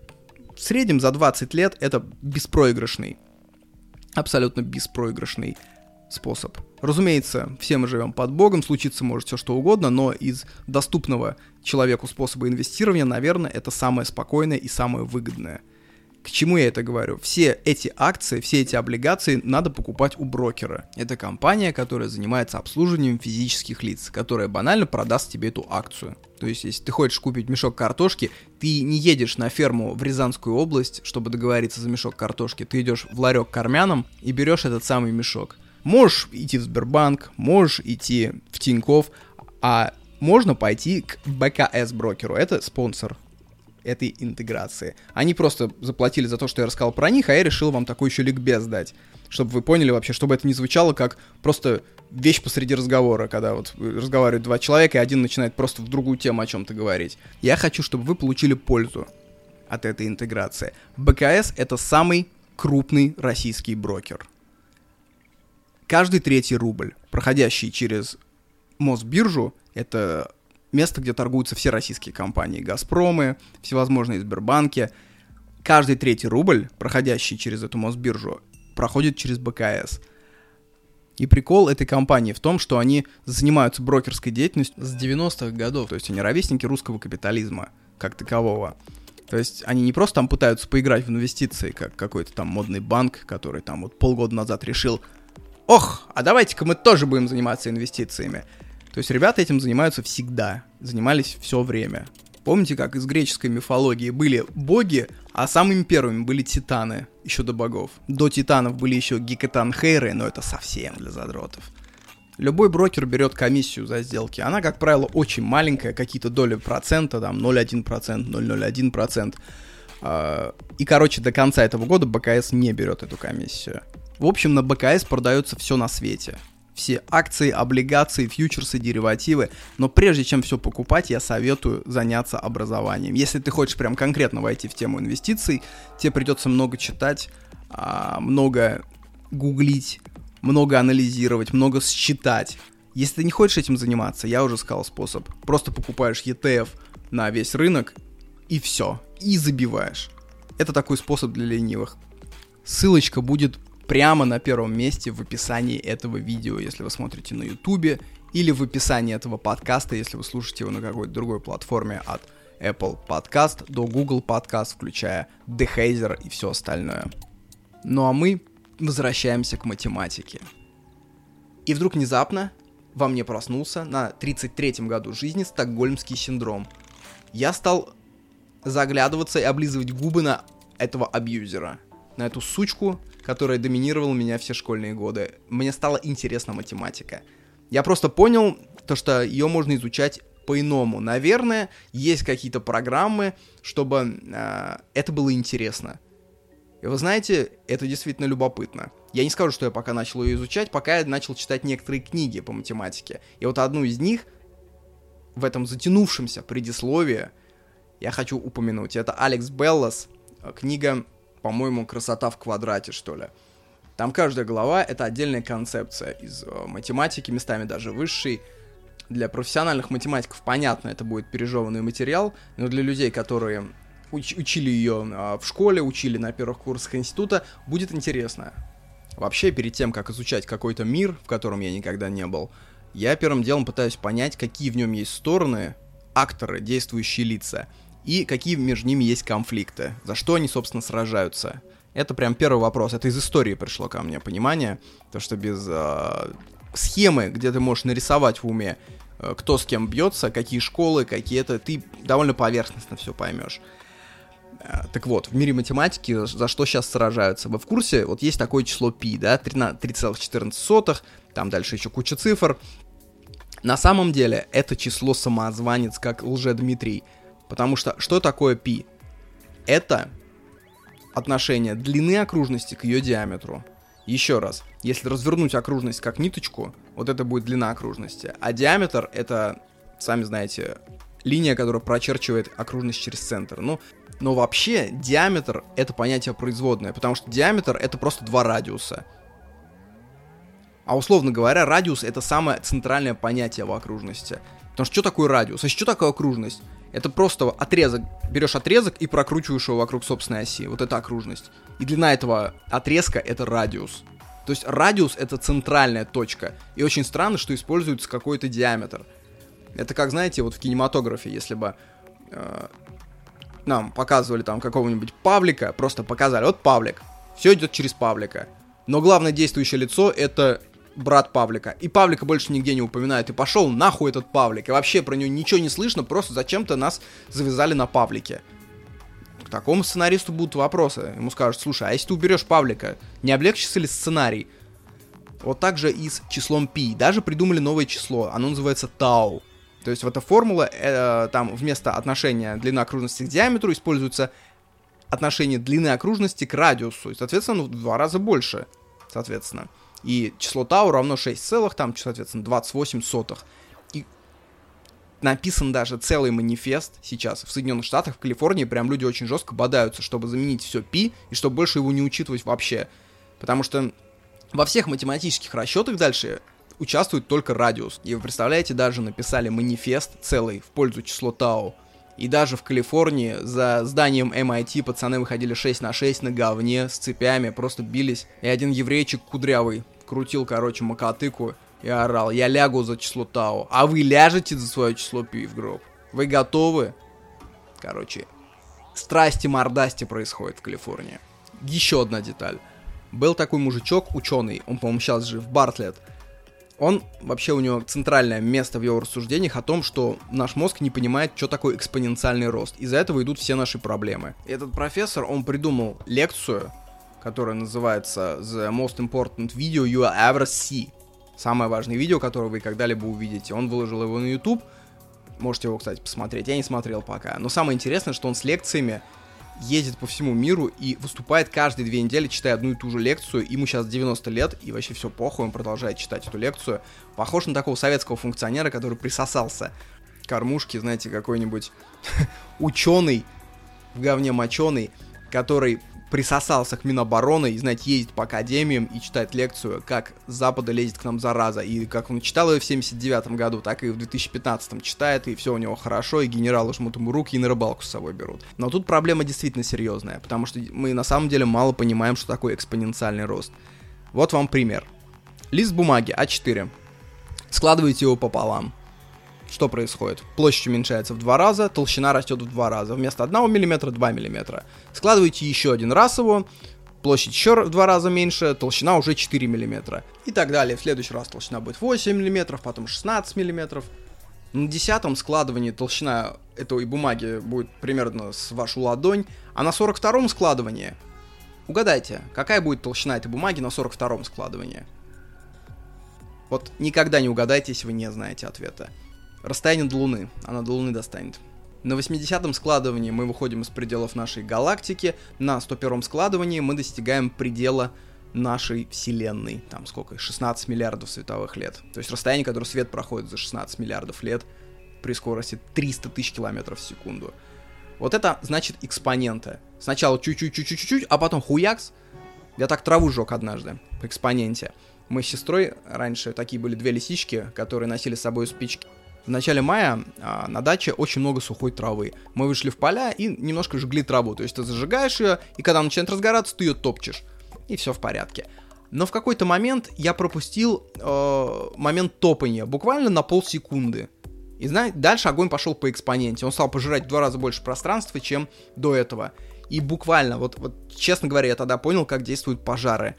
В среднем за 20 лет это беспроигрышный, абсолютно беспроигрышный способ. Разумеется, все мы живем под Богом, случиться может все что угодно, но из доступного человеку способа инвестирования, наверное, это самое спокойное и самое выгодное. К чему я это говорю? Все эти акции, все эти облигации надо покупать у брокера. Это компания, которая занимается обслуживанием физических лиц, которая банально продаст тебе эту акцию. То есть, если ты хочешь купить мешок картошки, ты не едешь на ферму в Рязанскую область, чтобы договориться за мешок картошки. Ты идешь в ларек к армянам и берешь этот самый мешок. Можешь идти в Сбербанк, можешь идти в Тинькофф, а можно пойти к БКС-брокеру. Это спонсор этой интеграции. Они просто заплатили за то, что я рассказал про них, а я решил вам такой еще ликбез дать, чтобы вы поняли вообще, чтобы это не звучало как просто вещь посреди разговора, когда вот разговаривают два человека, и один начинает просто в другую тему о чем-то говорить. Я хочу, чтобы вы получили пользу от этой интеграции. БКС — это самый крупный российский брокер. Каждый третий рубль, проходящий через Мосбиржу, это место, где торгуются все российские компании, Газпромы, всевозможные Сбербанки. Каждый третий рубль, проходящий через эту Мосбиржу, проходит через БКС. И прикол этой компании в том, что они занимаются брокерской деятельностью с 90-х годов. То есть они ровесники русского капитализма как такового. То есть они не просто там пытаются поиграть в инвестиции, как какой-то там модный банк, который там вот полгода назад решил: ох, а давайте-ка мы тоже будем заниматься инвестициями. То есть ребята этим занимаются всегда, занимались все время. Помните, как из греческой мифологии были боги, а самыми первыми были титаны, еще до богов. До титанов были еще гекатанхейры, но это совсем для задротов. Любой брокер берет комиссию за сделки. Она, как правило, очень маленькая, какие-то доли процента, там 0,1%, 0,01%. И, короче, до конца этого года БКС не берет эту комиссию. В общем, на БКС продается все на свете. Все акции, облигации, фьючерсы, деривативы. Но прежде чем все покупать, я советую заняться образованием. Если ты хочешь прям конкретно войти в тему инвестиций, тебе придется много читать, много гуглить, много анализировать, много считать. Если ты не хочешь этим заниматься, я уже сказал способ. Просто покупаешь ETF на весь рынок и все. И забиваешь. Это такой способ для ленивых. Ссылочка будет прямо на первом месте в описании этого видео, если вы смотрите на Ютубе или в описании этого подкаста, если вы слушаете его на какой-то другой платформе от Apple Podcast до Google Podcast, включая Dehazer и все остальное. Ну а мы возвращаемся к математике. И вдруг внезапно во мне проснулся на 33-м году жизни стокгольмский синдром. Я стал заглядываться и облизывать губы на этого абьюзера, на эту сучку, которая доминировала меня все школьные годы. Мне стала интересна математика. Я просто понял, то, что ее можно изучать по-иному. Наверное, есть какие-то программы, чтобы это было интересно. И вы знаете, это действительно любопытно. Я не скажу, что я пока начал ее изучать, пока я начал читать некоторые книги по математике. И вот одну из них, в этом затянувшемся предисловии, я хочу упомянуть. Это Алекс Беллас, книга, по-моему, «Красота в квадрате», что ли. Там каждая глава — это отдельная концепция из математики, местами даже высшей. Для профессиональных математиков, понятно, это будет пережеванный материал, но для людей, которые учили ее в школе, учили на первых курсах института, будет интересно. Вообще, перед тем, как изучать какой-то мир, в котором я никогда не был, я первым делом пытаюсь понять, какие в нем есть стороны, акторы, действующие лица, и какие между ними есть конфликты, за что они, собственно, сражаются. Это прям первый вопрос, это из истории пришло ко мне понимание, то что без схемы, где ты можешь нарисовать в уме, кто с кем бьется, какие школы, какие-то, ты довольно поверхностно все поймешь. Так вот, в мире математики за что сейчас сражаются? Вы в курсе? Вот есть такое число π, да, 3,14, там дальше еще куча цифр. На самом деле это число самозванец, как Лжедмитрий. Потому что что такое π? Это отношение длины окружности к ее диаметру. Еще раз, если развернуть окружность как ниточку, вот это будет длина окружности. А диаметр — это, сами знаете, линия, которая прочерчивает окружность через центр. Но вообще диаметр — это понятие производное, потому что диаметр — это просто два радиуса. А условно говоря, радиус — это самое центральное понятие в окружности. Потому что такое радиус? А что такое окружность? Это просто отрезок. Берешь отрезок и прокручиваешь его вокруг собственной оси. Вот это окружность. И длина этого отрезка — это радиус. То есть радиус — это центральная точка. И очень странно, что используется какой-то диаметр. Это как, знаете, вот в кинематографе, если бы нам показывали там какого-нибудь Павлика, просто показали, вот Павлик, все идет через Павлика. Но главное действующее лицо — это брат Павлика. И Павлика больше нигде не упоминают. И пошел нахуй этот Павлик. И вообще про него ничего не слышно, просто зачем-то нас завязали на Павлике. К такому сценаристу будут вопросы. Ему скажут: слушай, а если ты уберешь Павлика, не облегчится ли сценарий? Вот так же и с числом π. Даже придумали новое число. Оно называется тау. То есть в этой формуле там вместо отношения длины окружности к диаметру используется отношение длины окружности к радиусу. И, соответственно, в 2 раза больше. Соответственно. И число тау равно 6,28. И написан даже целый манифест сейчас в Соединенных Штатах, в Калифорнии. Прям люди очень жестко бодаются, чтобы заменить все π, и чтобы больше его не учитывать вообще. Потому что во всех математических расчетах дальше участвует только радиус. И вы представляете, даже написали манифест целый в пользу числа тау. И даже в Калифорнии за зданием MIT пацаны выходили 6 на 6 на говне с цепями, просто бились. И один еврейчик кудрявый крутил, мотыку и орал: я лягу за число тау. А вы ляжете за свое число π в гроб? Вы готовы? Страсти-мордасти происходит в Калифорнии. Еще одна деталь. Был такой мужичок, ученый, он, по-моему, сейчас жив, Бартлетт. Он, вообще, у него центральное место в его рассуждениях о том, что наш мозг не понимает, что такое экспоненциальный рост. Из-за этого идут все наши проблемы. Этот профессор, он придумал лекцию, которая называется The Most Important Video You Ever See. Самое важное видео, которое вы когда-либо увидите. Он выложил его на YouTube. Можете его, кстати, посмотреть. Я не смотрел пока. Но самое интересное, что он с лекциями ездит по всему миру и выступает каждые 2 недели, читая одну и ту же лекцию. Ему сейчас 90 лет, и вообще все похуй, он продолжает читать эту лекцию. Похож на такого советского функционера, который присосался к кормушке, знаете, какой-нибудь ученый, в говне моченый, который присосался к Минобороны и, знаете, ездит по академиям и читает лекцию, как с Запада лезет к нам зараза. И как он читал ее в 79-м году, так и в 2015-м читает, и все у него хорошо, и генералы жмут ему руки и на рыбалку с собой берут. Но тут проблема действительно серьезная, потому что мы на самом деле мало понимаем, что такое экспоненциальный рост. Вот вам пример. Лист бумаги А4. Складываете его пополам. Что происходит? Площадь уменьшается в 2 раза, толщина растет в 2 раза. Вместо 1 мм 2 мм. Складываете еще один раз его, площадь еще в 2 раза меньше, толщина уже 4 мм. И так далее. В следующий раз толщина будет 8 мм, потом 16 мм. На 10-м складывании толщина этой бумаги будет примерно с вашу ладонь, а на 42-м складывании, угадайте, какая будет толщина этой бумаги на 42-м складывании? Вот никогда не угадайте, если вы не знаете ответа. Расстояние до Луны. Она до Луны достанет. На 80-м складывании мы выходим из пределов нашей галактики. На 101-м складывании мы достигаем предела нашей Вселенной. Там сколько? 16 миллиардов световых лет. То есть расстояние, которое свет проходит за 16 миллиардов лет при скорости 300 тысяч километров в секунду. Вот это значит экспоненты. Сначала чуть-чуть, а потом хуякс. Я так траву жёг однажды по экспоненте. Мы с сестрой раньше, такие были 2 лисички, которые носили с собой спички. В начале мая на даче очень много сухой травы. Мы вышли в поля и немножко жгли траву. То есть ты зажигаешь ее, и когда она начинает разгораться, ты ее топчешь. И все в порядке. Но в какой-то момент я пропустил момент топания. Буквально на полсекунды. И знаете, дальше огонь пошел по экспоненте. Он стал пожирать в 2 раза больше пространства, чем до этого. И буквально, вот честно говоря, я тогда понял, как действуют пожары.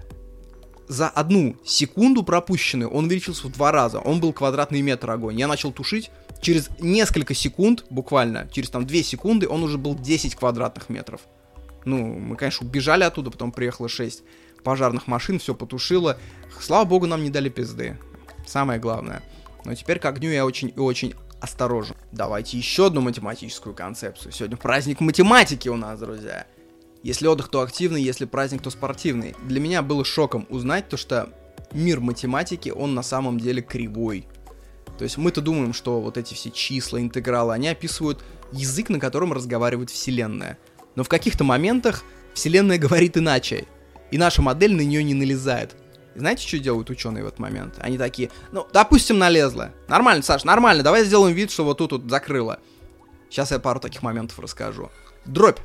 За 1 секунду пропущенную он увеличился в 2 раза. Он был квадратный метр огонь. Я начал тушить. Через несколько секунд, буквально, через 2 секунды, он уже был 10 квадратных метров. Ну, мы, конечно, убежали оттуда, потом приехало 6 пожарных машин, все потушило. Слава богу, нам не дали пизды. Самое главное. Но теперь к огню я очень и очень осторожен. Давайте еще одну математическую концепцию. Сегодня праздник математики у нас, друзья. Если отдых, то активный, если праздник, то спортивный. Для меня было шоком узнать то, что мир математики, он на самом деле кривой. То есть мы-то думаем, что вот эти все числа, интегралы, они описывают язык, на котором разговаривает Вселенная. Но в каких-то моментах Вселенная говорит иначе, и наша модель на нее не налезает. И знаете, что делают ученые в этот момент? Они такие, ну, допустим, налезла. Нормально, Саш, нормально, давай сделаем вид, что вот тут закрыло. Сейчас я пару таких моментов расскажу. Дробь.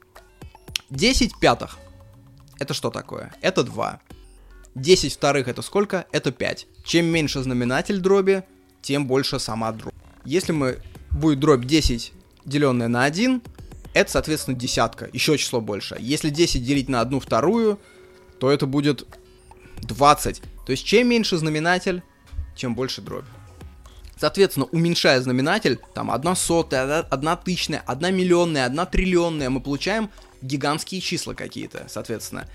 10 пятых. Это что такое? Это 2. 10 вторых это сколько? Это 5. Чем меньше знаменатель дроби, тем больше сама дробь. Если будет дробь 10, деленная на 1, это, соответственно, десятка. Еще число больше. Если 10 делить на 1 вторую, то это будет 20. То есть, чем меньше знаменатель, чем больше дробь. Соответственно, уменьшая знаменатель, там 1 сотая, 1 тысячная, 1 миллионная, 1 триллионная, мы получаем гигантские числа какие-то, соответственно.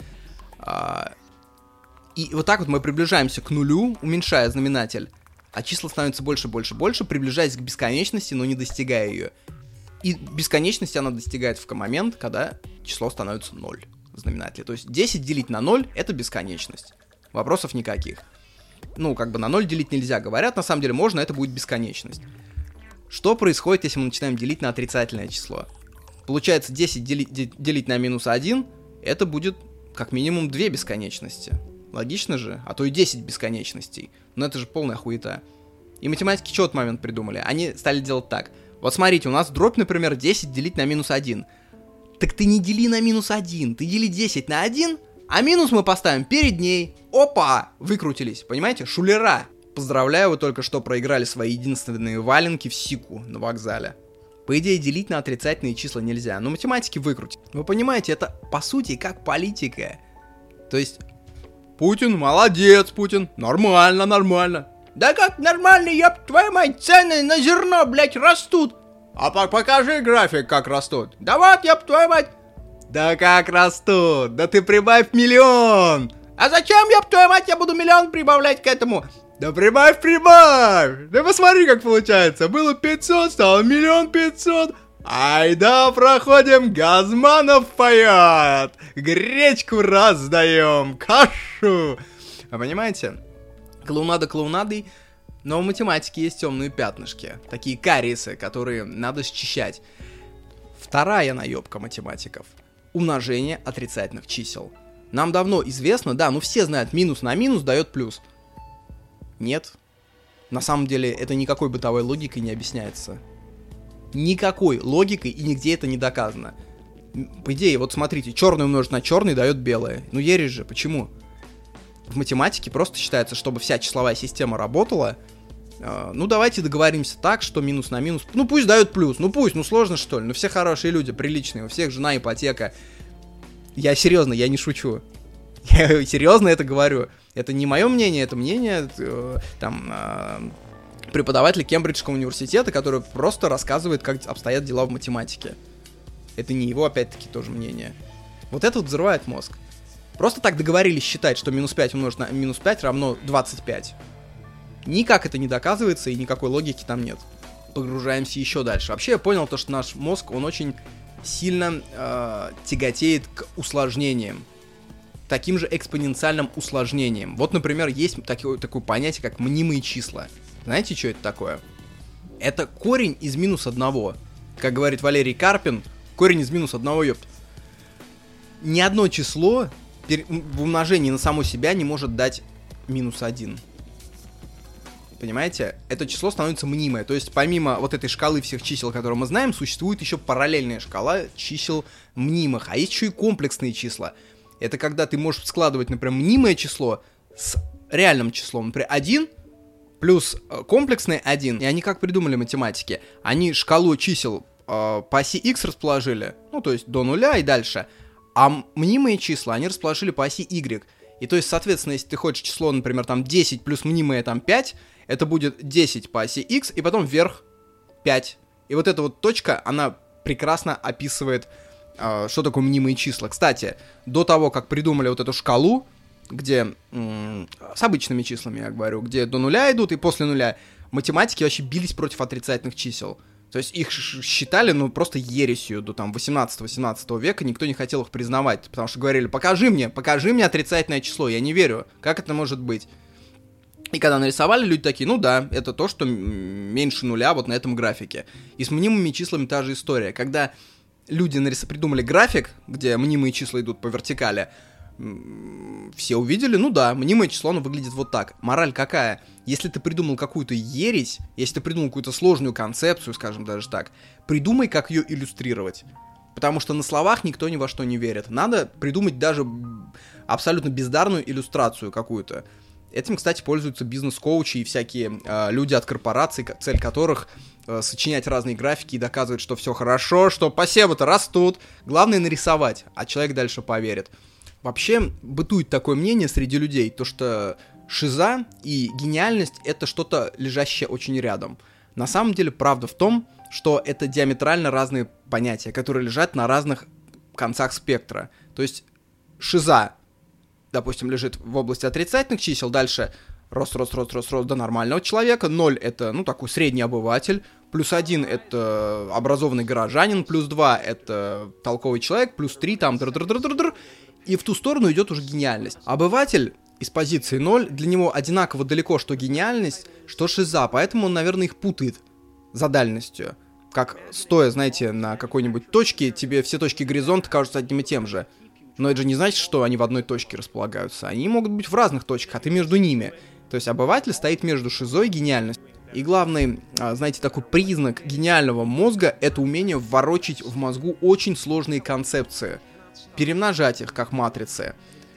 И вот так вот мы приближаемся к нулю, уменьшая знаменатель, а числа становятся больше, больше, больше, приближаясь к бесконечности, но не достигая ее. И бесконечности она достигает в момент, когда число становится 0 в знаменателе. То есть 10 делить на 0 — это бесконечность. Вопросов никаких. Ну, как бы на 0 делить нельзя. Говорят, на самом деле можно, это будет бесконечность. Что происходит, если мы начинаем делить на отрицательное число? Получается, 10 делить на минус 1, это будет как минимум 2 бесконечности. Логично же? А то и 10 бесконечностей. Но это же полная хуета. И математики что в этот момент придумали? Они стали делать так. Вот смотрите, у нас дробь, например, 10 делить на минус 1. Так ты не дели на минус 1, ты дели 10 на 1, а минус мы поставим перед ней. Опа! Выкрутились, понимаете? Шулера! Поздравляю, вы только что проиграли свои единственные валенки в Сику на вокзале. По идее, делить на отрицательные числа нельзя, но математики выкрутят. Вы понимаете, это по сути как политика. То есть, Путин, молодец, Путин, нормально, нормально. Да как нормально, ёб твою мать, цены на зерно, блять, растут. А покажи график, как растут. Да вот, ёб твою мать. Да как растут, да ты прибавь 1 000 000. А зачем, ёб твою мать, я буду 1 000 000 прибавлять к этому? Да прибавь! Да посмотри, как получается. Было 500, стало 1 500 000. Ай да, проходим, Газманов поет. Гречку раздаем, кашу. А понимаете? Клоунада клоунадой, но в математике есть темные пятнышки. Такие кариесы, которые надо счищать. Вторая наебка математиков. Умножение отрицательных чисел. Нам давно известно, да, ну все знают, минус на минус дает плюс. Нет. На самом деле это никакой бытовой логикой не объясняется. Никакой логикой, и нигде это не доказано. По идее, вот смотрите, черный умножить на черный дает белое. Ну ересь же, почему? В математике просто считается, чтобы вся числовая система работала, ну, давайте договоримся так, что минус на минус... Ну, пусть дают плюс, ну, пусть, ну, сложно, что ли? Ну, все хорошие люди, приличные, у всех жена, ипотека. Я серьезно, я не шучу. Я серьезно это говорю. Это не мое мнение, это мнение преподавателя Кембриджского университета, который просто рассказывает, как обстоят дела в математике. Это не его, опять-таки, тоже мнение. Вот это вот взрывает мозг. Просто так договорились считать, что минус 5 умножить на минус 5 равно 25. Никак это не доказывается, и никакой логики там нет. Погружаемся еще дальше. Вообще я понял то, что наш мозг, он очень сильно тяготеет к усложнениям. Таким же экспоненциальным усложнением. Вот, например, есть такое понятие, как мнимые числа. Знаете, что это такое? Это корень из минус 1. Как говорит Валерий Карпин, корень из минус 1, ёпт. Ни одно число в умножении на само себя не может дать минус 1. Понимаете? Это число становится мнимое. То есть, помимо вот этой шкалы всех чисел, которые мы знаем, существует еще параллельная шкала чисел мнимых. А есть еще и комплексные числа. Это когда ты можешь складывать, например, мнимое число с реальным числом. Например, 1 плюс комплексный 1. И они как придумали математики? Они шкалу чисел по оси x расположили, ну, то есть до нуля и дальше. А мнимые числа они расположили по оси y. И то есть, соответственно, если ты хочешь число, например, там 10 плюс мнимое там 5, это будет 10 по оси x, и потом вверх 5. И вот эта вот точка, она прекрасно описывает, что такое мнимые числа. Кстати, до того, как придумали вот эту шкалу, где с обычными числами, я говорю, где до нуля идут и после нуля, математики вообще бились против отрицательных чисел. То есть их считали, ну, просто ересью до там 18-18 века, никто не хотел их признавать, потому что говорили, покажи мне отрицательное число, я не верю, как это может быть? И когда нарисовали, люди такие, ну да, это то, что меньше нуля вот на этом графике. И с мнимыми числами та же история. Когда люди придумали график, где мнимые числа идут по вертикали, все увидели, ну да, мнимое число, оно выглядит вот так. Мораль какая? Если ты придумал какую-то ересь, если ты придумал какую-то сложную концепцию, скажем даже так, придумай, как ее иллюстрировать. Потому что на словах никто ни во что не верит. Надо придумать даже абсолютно бездарную иллюстрацию какую-то. Этим, кстати, пользуются бизнес-коучи и всякие люди от корпораций, цель которых сочинять разные графики и доказывать, что все хорошо, что посевы-то растут. Главное нарисовать, а человек дальше поверит. Вообще, бытует такое мнение среди людей, то что шиза и гениальность — это что-то, лежащее очень рядом. На самом деле, правда в том, что это диаметрально разные понятия, которые лежат на разных концах спектра. То есть шиза, допустим, лежит в области отрицательных чисел, дальше рост до нормального человека, 0 — это, ну, такой средний обыватель, плюс 1 — это образованный горожанин, плюс 2 — это толковый человек, плюс 3 там и в ту сторону идет уже гениальность. Обыватель из позиции 0, для него одинаково далеко что гениальность, что шиза, поэтому он, наверное, их путает за дальностью. Как стоя, знаете, на какой-нибудь точке, тебе все точки горизонта кажутся одним и тем же. Но это же не значит, что они в одной точке располагаются. Они могут быть в разных точках, а ты между ними. То есть обыватель стоит между шизой и гениальностью. И главный, знаете, такой признак гениального мозга — это умение ворочить в мозгу очень сложные концепции. Перемножать их, как матрицы.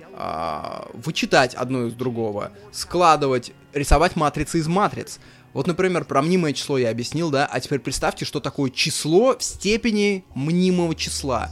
Вычитать одно из другого. Складывать, рисовать матрицы из матриц. Вот, например, про мнимое число я объяснил, да? А теперь представьте, что такое число в степени мнимого числа.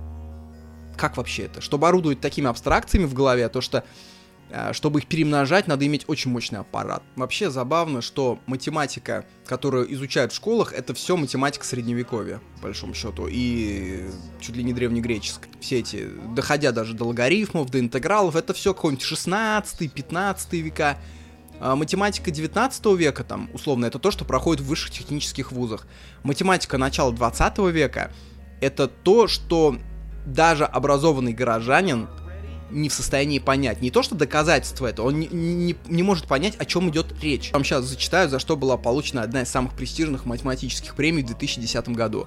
Как вообще это? Чтобы орудовать такими абстракциями в голове, то что, чтобы их перемножать, надо иметь очень мощный аппарат. Вообще забавно, что математика, которую изучают в школах, это все математика средневековья, по большому счету, и чуть ли не древнегреческая. Все эти, доходя даже до логарифмов, до интегралов, это все какой-нибудь 16-15 века. А математика 19 века, там, условно, это то, что проходит в высших технических вузах. Математика начала 20 века — это то, что даже образованный горожанин не в состоянии понять. Не то, что доказательство это, он не может понять, о чем идет речь. Я вам сейчас зачитаю, за что была получена одна из самых престижных математических премий в 2010 году.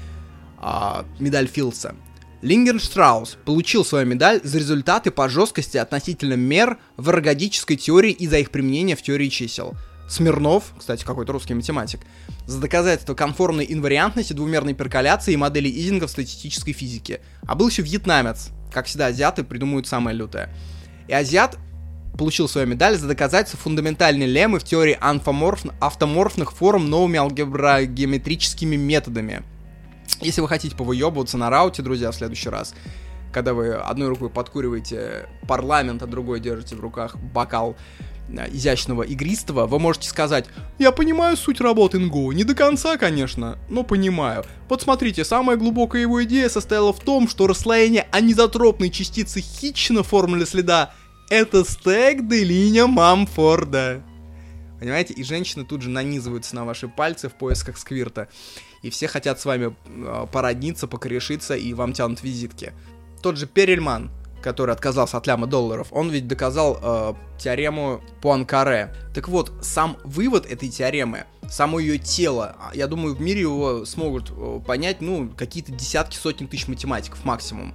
Медаль Филдса. Лингенштраус получил свою медаль за результаты по жесткости относительно мер в эргодической теории и за их применение в теории чисел. Смирнов, кстати, какой-то русский математик, за доказательство конформной инвариантности, двумерной перколяции и модели Изинга в статистической физике. А был еще вьетнамец. Как всегда, азиаты придумывают самое лютое. И азиат получил свою медаль за доказательство фундаментальной леммы в теории автоморфных форм новыми алгебрагеометрическими методами. Если вы хотите повыебываться на рауте, друзья, в следующий раз, когда вы одной рукой подкуриваете парламент, а другой держите в руках бокал изящного игристого, вы можете сказать: я понимаю суть работы НГО, не до конца, конечно, но понимаю. Вот смотрите, самая глубокая его идея состояла в том, что расслоение анизотропной частицы Хитча в формуле следа — это стек де-линия Мамфорда. Понимаете? И женщины тут же нанизываются на ваши пальцы в поисках сквирта. И все хотят с вами породниться, покорешиться, и вам тянут визитки. Тот же Перельман, который отказался от $1 000 000, он ведь доказал теорему Пуанкаре. Так вот, сам вывод этой теоремы, само ее тело, я думаю, в мире его смогут понять, какие-то десятки, сотни тысяч математиков максимум.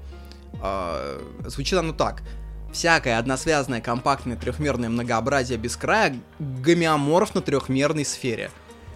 Звучит оно так. Всякое односвязанное, компактное, трехмерное многообразие без края гомеоморфно трехмерной сфере.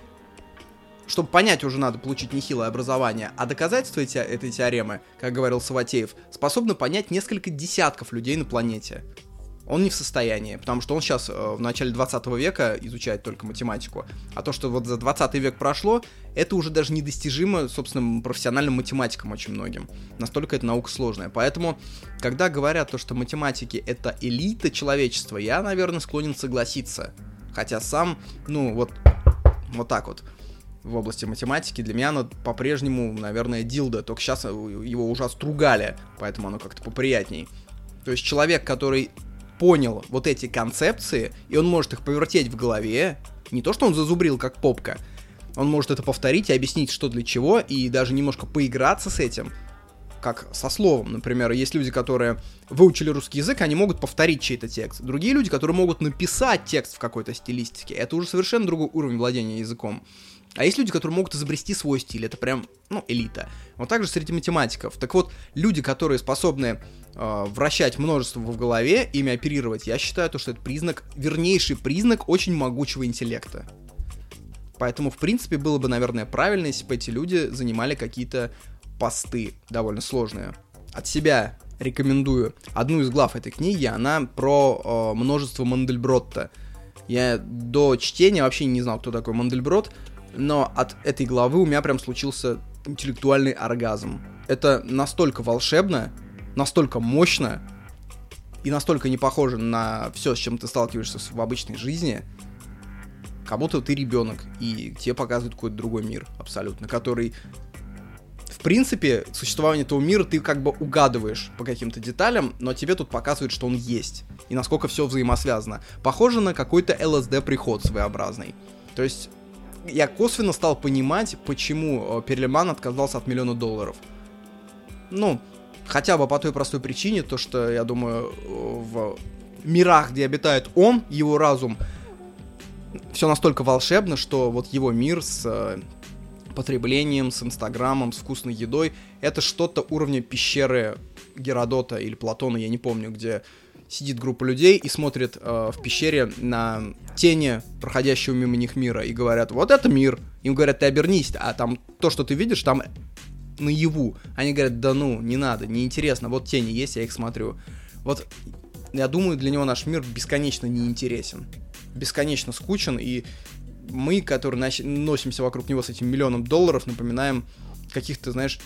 Чтобы понять, уже надо получить нехилое образование, а доказательства этой теоремы, как говорил Саватеев, способны понять несколько десятков людей на планете. Он не в состоянии, потому что он сейчас в начале 20 века изучает только математику, а то, что вот за 20 век прошло, это уже даже недостижимо, собственно, профессиональным математикам очень многим. Настолько эта наука сложная. Поэтому, когда говорят то, что математики — это элита человечества, я, наверное, склонен согласиться. Хотя сам, вот так вот. В области математики для меня оно по-прежнему, наверное, дилдо, только сейчас его уже остругали, поэтому оно как-то поприятней. То есть человек, который понял вот эти концепции, и он может их повертеть в голове, не то что он зазубрил как попка, он может это повторить и объяснить, что для чего, и даже немножко поиграться с этим, как со словом. Например, есть люди, которые выучили русский язык, они могут повторить чей-то текст. Другие люди, которые могут написать текст в какой-то стилистике, это уже совершенно другой уровень владения языком. А есть люди, которые могут изобрести свой стиль, это прям, элита. Вот так же среди математиков. Так вот, люди, которые способны вращать множество в голове, ими оперировать, я считаю, что это вернейший признак очень могучего интеллекта. Поэтому, в принципе, было бы, наверное, правильно, если бы эти люди занимали какие-то посты довольно сложные. От себя рекомендую одну из глав этой книги, она про множество Мандельбротта. Я до чтения вообще не знал, кто такой Мандельброт, но от этой главы у меня прям случился интеллектуальный оргазм. Это настолько волшебно, настолько мощно и настолько не похоже на все, с чем ты сталкиваешься в обычной жизни, как будто ты ребенок, и тебе показывают какой-то другой мир абсолютно, который, в принципе, существование этого мира ты как бы угадываешь по каким-то деталям, но тебе тут показывают, что он есть, и насколько все взаимосвязано. Похоже на какой-то ЛСД-приход своеобразный. То есть я косвенно стал понимать, почему Перельман отказался от $1 000 000. Хотя бы по той простой причине, то что, я думаю, в мирах, где обитает он, его разум, все настолько волшебно, что вот его мир с потреблением, с Инстаграмом, с вкусной едой, это что-то уровня пещеры Геродота или Платона, я не помню, где сидит группа людей и смотрит в пещере на тени проходящего мимо них мира и говорят: вот это мир. Им говорят: ты обернись, а там то, что ты видишь, там наяву. Они говорят: да не надо, неинтересно, вот тени есть, я их смотрю. Вот, я думаю, для него наш мир бесконечно неинтересен, бесконечно скучен, и мы, которые носимся вокруг него с этим $1 000 000, напоминаем каких-то, знаешь,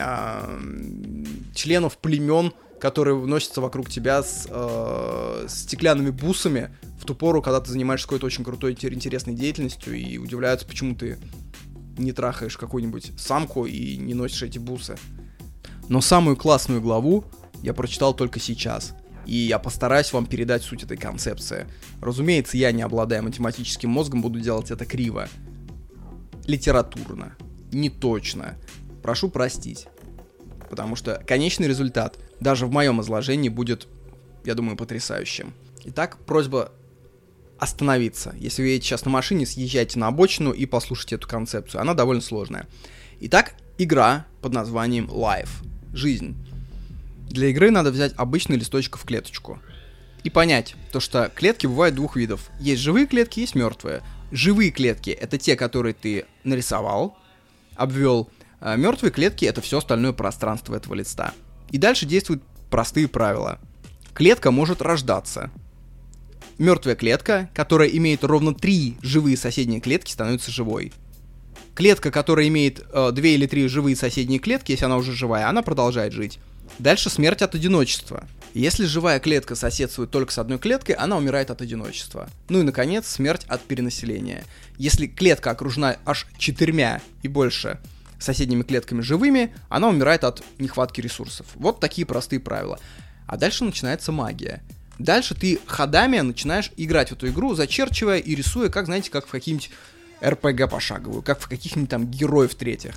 членов племен, которые носятся вокруг тебя с стеклянными бусами в ту пору, когда ты занимаешься какой-то очень крутой, интересной деятельностью, и удивляются, почему ты не трахаешь какую-нибудь самку и не носишь эти бусы. Но самую классную главу я прочитал только сейчас, и я постараюсь вам передать суть этой концепции. Разумеется, я, не обладая математическим мозгом, буду делать это криво. Литературно. Неточно. Прошу простить. Потому что конечный результат даже в моем изложении будет, я думаю, потрясающим. Итак, просьба остановиться. Если вы едете сейчас на машине, съезжайте на обочину и послушайте эту концепцию. Она довольно сложная. Итак, игра под названием Life. Жизнь. Для игры надо взять обычный листочек в клеточку и понять, то, что клетки бывают двух видов. Есть живые клетки, есть мертвые. Живые клетки — это те, которые ты нарисовал, обвел. А мертвые клетки — это все остальное пространство этого листа. И дальше действуют простые правила. Клетка может рождаться. Мертвая клетка, которая имеет ровно 3 живые соседние клетки, становится живой. Клетка, которая имеет 2 или 3 живые соседние клетки, если она уже живая, она продолжает жить. Дальше смерть от одиночества. Если живая клетка соседствует только с одной клеткой, она умирает от одиночества. Ну и, наконец, смерть от перенаселения. Если клетка окружена аж 4 и больше соседними клетками живыми, она умирает от нехватки ресурсов. Вот такие простые правила. А дальше начинается магия. Дальше ты ходами начинаешь играть в эту игру, зачерчивая и рисуя, как, знаете, как в какие-нибудь РПГ пошаговую, как в каких-нибудь там героев третьих.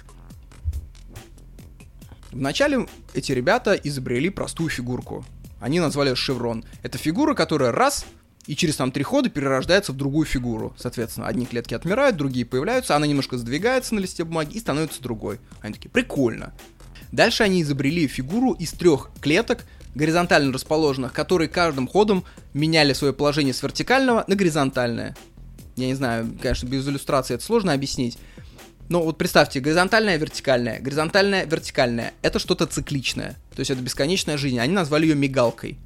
Вначале эти ребята изобрели простую фигурку. Они назвали шеврон. Это фигура, которая раз, и через там 3 хода перерождается в другую фигуру. Соответственно, одни клетки отмирают, другие появляются, она немножко сдвигается на листе бумаги и становится другой. Они такие, прикольно. Дальше они изобрели фигуру из 3 клеток, горизонтально расположенных, которые каждым ходом меняли свое положение с вертикального на горизонтальное. Я не знаю, конечно, без иллюстрации это сложно объяснить. Но вот представьте, горизонтальная, вертикальная. Это что-то цикличное. То есть это бесконечная жизнь. Они назвали ее мигалкой.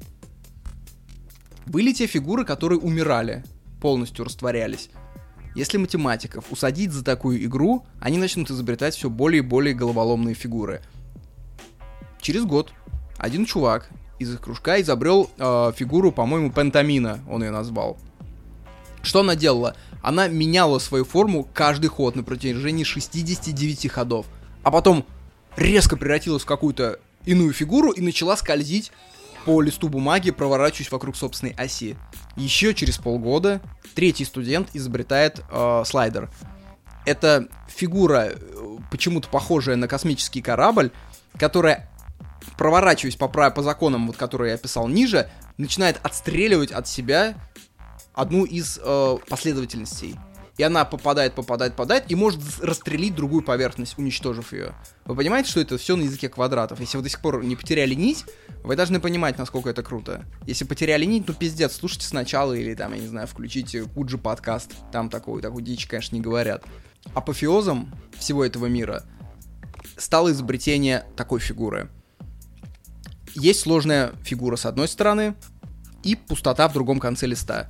Были те фигуры, которые умирали, полностью растворялись. Если математиков усадить за такую игру, они начнут изобретать все более и более головоломные фигуры. Через год один чувак из их кружка изобрел фигуру, по-моему, пентамина, он ее назвал. Что она делала? Она меняла свою форму каждый ход на протяжении 69 ходов. А потом резко превратилась в какую-то иную фигуру и начала скользить по листу бумаги, проворачиваясь вокруг собственной оси. Еще через полгода 3-й студент изобретает слайдер. Это фигура, почему-то похожая на космический корабль, которая, проворачиваясь по законам, вот, которые я описал ниже, начинает отстреливать от себя одну из последовательностей. И она попадает, и может расстрелить другую поверхность, уничтожив ее. Вы понимаете, что это все на языке квадратов? Если вы до сих пор не потеряли нить, вы должны понимать, насколько это круто. Если потеряли нить, ну пиздец, слушайте сначала или там, я не знаю, включите Куджи подкаст. Там такую дичь, конечно, не говорят. Апофеозом всего этого мира стало изобретение такой фигуры. Есть сложная фигура с одной стороны и пустота в другом конце листа.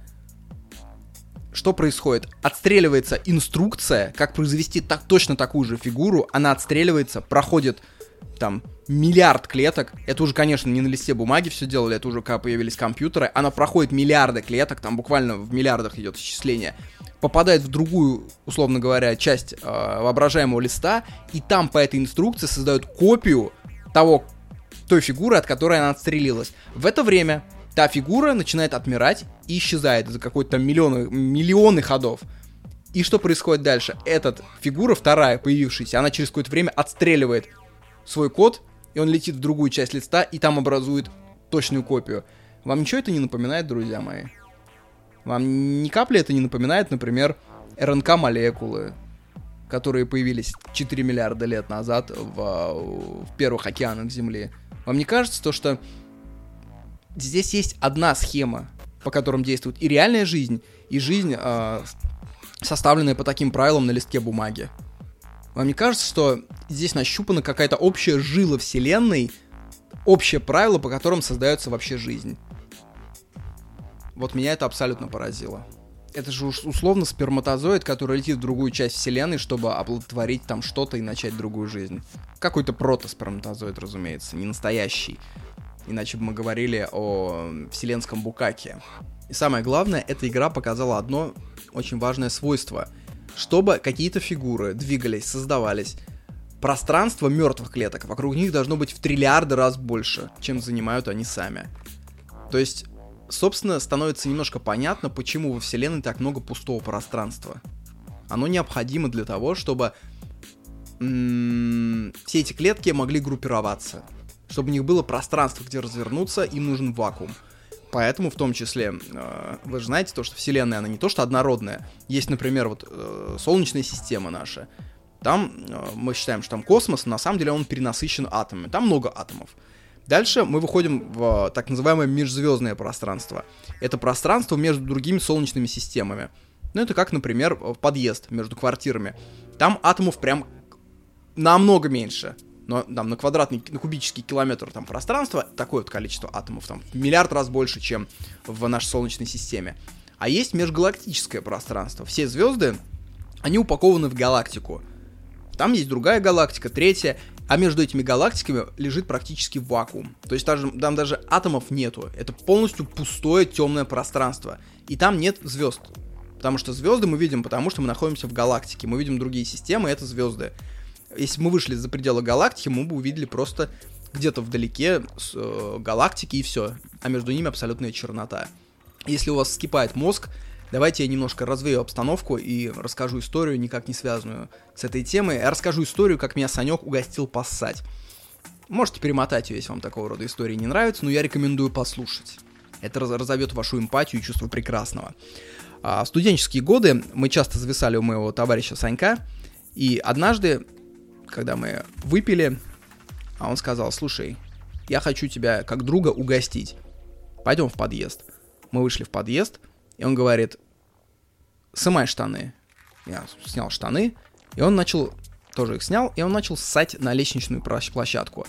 Что происходит? Отстреливается инструкция, как произвести точно такую же фигуру, она отстреливается, проходит там миллиард клеток, это уже, конечно, не на листе бумаги все делали, это уже когда появились компьютеры, она проходит миллиарды клеток, там буквально в миллиардах идет исчисление, попадает в другую, условно говоря, часть воображаемого листа, и там по этой инструкции создают копию той фигуры, от которой она отстрелилась. В это время та фигура начинает отмирать и исчезает за какой-то миллионы ходов. И что происходит дальше? Эта фигура, вторая, появившаяся, она через какое-то время отстреливает свой код, и он летит в другую часть листа, и там образует точную копию. Вам ничего это не напоминает, друзья мои? Вам ни капли это не напоминает, например, РНК-молекулы, которые появились 4 миллиарда лет назад в первых океанах Земли? Вам не кажется то, что здесь есть одна схема, по которым действует и реальная жизнь, и жизнь, составленная по таким правилам на листке бумаги? Вам не кажется, что здесь нащупана какая-то общая жила вселенной, общее правило, по которым создается вообще жизнь? Вот меня это абсолютно поразило. Это же условно сперматозоид, который летит в другую часть вселенной, чтобы оплодотворить там что-то и начать другую жизнь. Какой-то протосперматозоид, разумеется, не настоящий. Иначе бы мы говорили о вселенском букаке. И самое главное, эта игра показала одно очень важное свойство. Чтобы какие-то фигуры двигались, создавались, пространство мертвых клеток вокруг них должно быть в триллиарды раз больше, чем занимают они сами. То есть, собственно, становится немножко понятно, почему во вселенной так много пустого пространства. Оно необходимо для того, чтобы все эти клетки могли группироваться. Чтобы у них было пространство, где развернуться, им нужен вакуум. Поэтому, в том числе, вы же знаете, то, что Вселенная, она не то, что однородная. Есть, например, вот Солнечная система наша. Там мы считаем, что там космос, но на самом деле он перенасыщен атомами. Там много атомов. Дальше мы выходим в так называемое межзвездное пространство. Это пространство между другими солнечными системами. Ну, это как, например, подъезд между квартирами. Там атомов прям намного меньше. но там на кубический километр там пространства такое вот количество атомов, там в миллиард раз больше, чем в нашей Солнечной системе. А есть межгалактическое пространство. Все звезды, они упакованы в галактику. Там есть другая галактика, третья, а между этими галактиками лежит практически вакуум. То есть там даже атомов нету. Это полностью пустое темное пространство. И там нет звезд. Потому что звезды мы видим, потому что мы находимся в галактике. Мы видим другие системы, это звезды. Если бы мы вышли за пределы галактики, мы бы увидели просто где-то вдалеке галактики и все. А между ними абсолютная чернота. Если у вас вскипает мозг, давайте я немножко развею обстановку и расскажу историю, никак не связанную с этой темой. Я расскажу историю, как меня Санек угостил поссать. Можете перемотать ее, если вам такого рода истории не нравятся, но я рекомендую послушать. Это разовьет вашу эмпатию и чувство прекрасного. В студенческие годы мы часто зависали у моего товарища Санька, и однажды, когда мы выпили, он сказал: слушай, я хочу тебя как друга угостить. Пойдем в подъезд. Мы вышли в подъезд, и он говорит: сымай штаны. Я снял штаны, и он тоже их снял, и он начал ссать на лестничную площадку.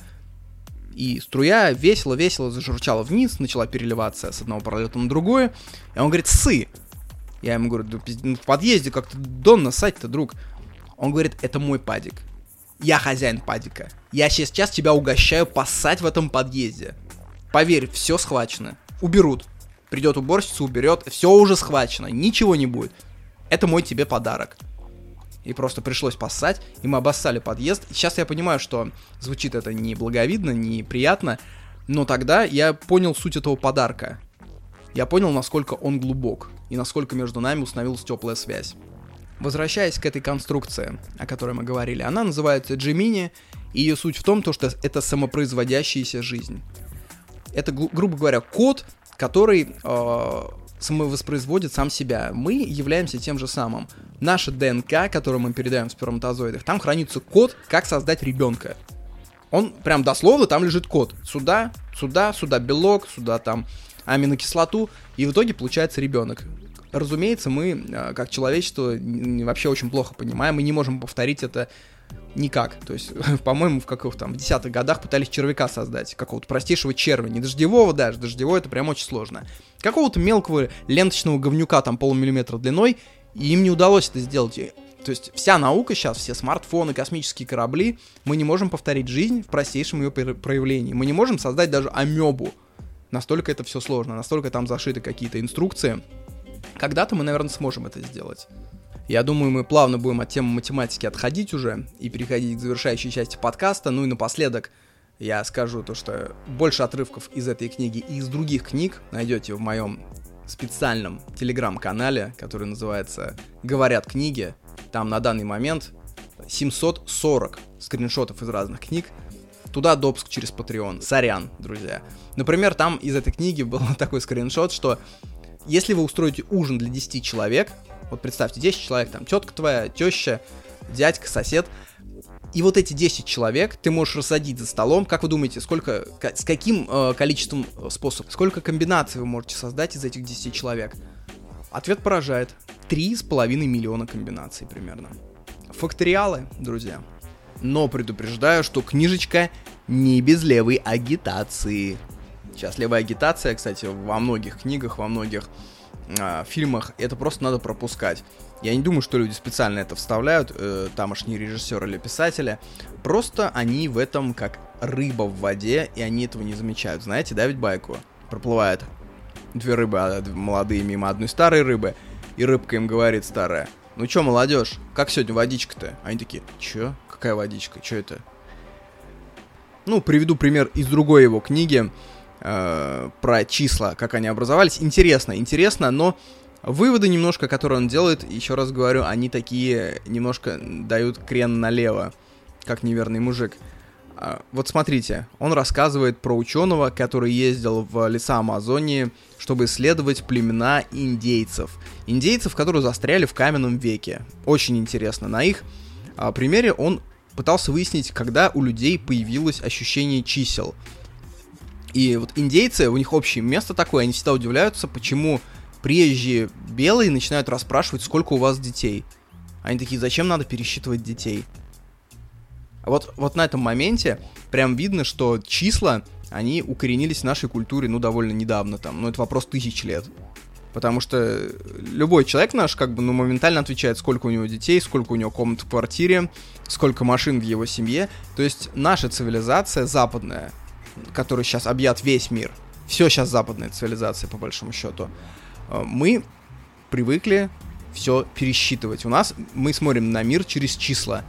И струя весело зажурчала вниз, начала переливаться с одного пролета на другое, и он говорит: ссы. Я ему говорю: в подъезде как-то донно ссать-то, друг. Он говорит: это мой падик. Я хозяин падика. Я сейчас тебя угощаю поссать в этом подъезде. Поверь, все схвачено. Уберут. Придет уборщица, уберет. Все уже схвачено. Ничего не будет. Это мой тебе подарок. И просто пришлось поссать. И мы обоссали подъезд. И сейчас я понимаю, что звучит это не благовидно, не приятно. Но тогда я понял суть этого подарка. Я понял, насколько он глубок. И насколько между нами установилась теплая связь. Возвращаясь к этой конструкции, о которой мы говорили, она называется Gemini, и ее суть в том, что это самопроизводящаяся жизнь. Это, грубо говоря, код, который самовоспроизводит сам себя. Мы являемся тем же самым. Наша ДНК, которую мы передаем в сперматозоидах, там хранится код, как создать ребенка. Он прям дословно, там лежит код. Сюда белок, сюда там аминокислоту, и в итоге получается ребенок. Разумеется, мы, как человечество, вообще очень плохо понимаем, мы не можем повторить это никак. То есть, по-моему, в 10-х годах пытались червяка создать, какого-то простейшего червя, не дождевого даже, дождевой это прям очень сложно. Какого-то мелкого ленточного говнюка, там полумиллиметра длиной, и им не удалось это сделать. То есть, вся наука сейчас, все смартфоны, космические корабли, мы не можем повторить жизнь в простейшем ее проявлении. Мы не можем создать даже амебу. Настолько это все сложно, настолько там зашиты какие-то инструкции. Когда-то мы, наверное, сможем это сделать. Я думаю, мы плавно будем от темы математики отходить уже и переходить к завершающей части подкаста. Ну и напоследок я скажу то, что больше отрывков из этой книги и из других книг найдете в моем специальном телеграм-канале, который называется «Говорят книги». Там на данный момент 740 скриншотов из разных книг. Туда допуск через Patreon. Сорян, друзья. Например, там из этой книги был такой скриншот, что если вы устроите ужин для 10 человек, вот представьте, 10 человек, там, тетка твоя, теща, дядька, сосед, и вот эти 10 человек ты можешь рассадить за столом, как вы думаете, с каким количеством способов, сколько комбинаций вы можете создать из этих 10 человек? Ответ поражает. 3,5 миллиона комбинаций примерно. Факториалы, друзья. Но предупреждаю, что книжечка не без левой агитации. Сейчас левая агитация, кстати, во многих книгах, во многих фильмах, это просто надо пропускать. Я не думаю, что люди специально это вставляют, тамошние режиссеры или писатели. Просто они в этом как рыба в воде, и они этого не замечают. Знаете, да, ведь байку? Проплывает 2 рыбы молодые мимо одной старой рыбы, и рыбка им говорит старая: ну чё, молодежь, как сегодня водичка-то? Они такие: чё? Какая водичка? Чё это? Ну, приведу пример из другой его книги, про числа, как они образовались. Интересно, но выводы немножко, которые он делает, еще раз говорю, они такие немножко дают крен налево, как неверный мужик. Вот смотрите, он рассказывает про ученого, который ездил в леса Амазонии, чтобы исследовать племена индейцев. Индейцев, которые застряли в каменном веке. Очень интересно. На их примере он пытался выяснить, когда у людей появилось ощущение чисел. И вот индейцы, у них общее место такое, они всегда удивляются, почему приезжие белые начинают расспрашивать, сколько у вас детей. Они такие: зачем надо пересчитывать детей? Вот на этом моменте прям видно, что числа, они укоренились в нашей культуре, ну, довольно недавно там. Ну, это вопрос тысяч лет. Потому что любой человек наш, как бы, ну, моментально отвечает, сколько у него детей, сколько у него комнат в квартире, сколько машин в его семье. То есть наша цивилизация западная, которая сейчас объят весь мир, все сейчас западная цивилизация, по большому счету, мы привыкли все пересчитывать. У нас мы смотрим на мир через числа.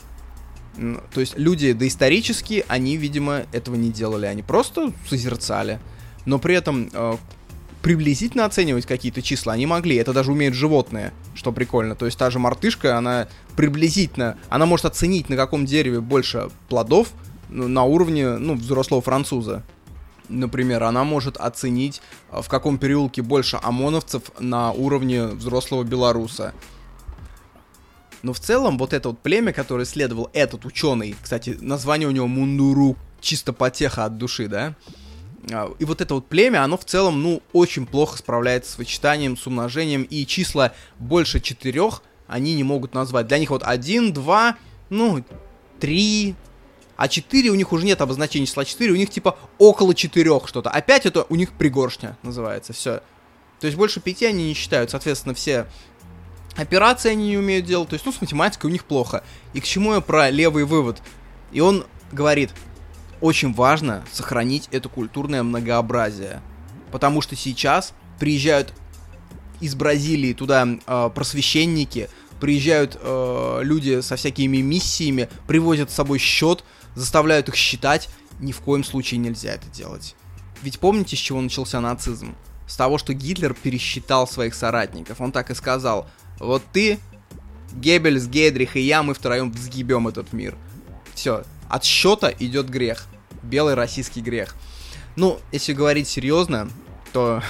То есть люди доисторические, они, видимо, этого не делали. Они просто созерцали. Но при этом приблизительно оценивать какие-то числа они могли. Это даже умеют животные, что прикольно. То есть та же мартышка, она приблизительно... Она может оценить, на каком дереве больше плодов на уровне, ну, взрослого француза. Например, она может оценить, в каком переулке больше ОМОНовцев на уровне взрослого белоруса. Но в целом вот это вот племя, которое исследовал этот ученый, кстати, название у него Мундуру, чисто потеха от души, да? И вот это вот племя, оно в целом, ну, очень плохо справляется с вычитанием, с умножением, и числа больше 4 они не могут назвать. Для них вот 1, 2, ну, 3... А 4 у них уже нет обозначения числа 4, у них типа около 4 что-то. А 5 это у них пригоршня называется, все. То есть больше 5 они не считают, соответственно, все операции они не умеют делать. То есть, ну, с математикой у них плохо. И к чему я про левый вывод? И он говорит, очень важно сохранить это культурное многообразие. Потому что сейчас приезжают из Бразилии туда просвещенники, приезжают люди со всякими миссиями, привозят с собой счет, заставляют их считать. Ни в коем случае нельзя это делать. Ведь помните, с чего начался нацизм? С того, что Гитлер пересчитал своих соратников. Он так и сказал: вот ты, Геббельс, Гейдрих и я, мы втроем взгибем этот мир. Все, от счета идет грех. Белый российский грех. Ну, если говорить серьезно, то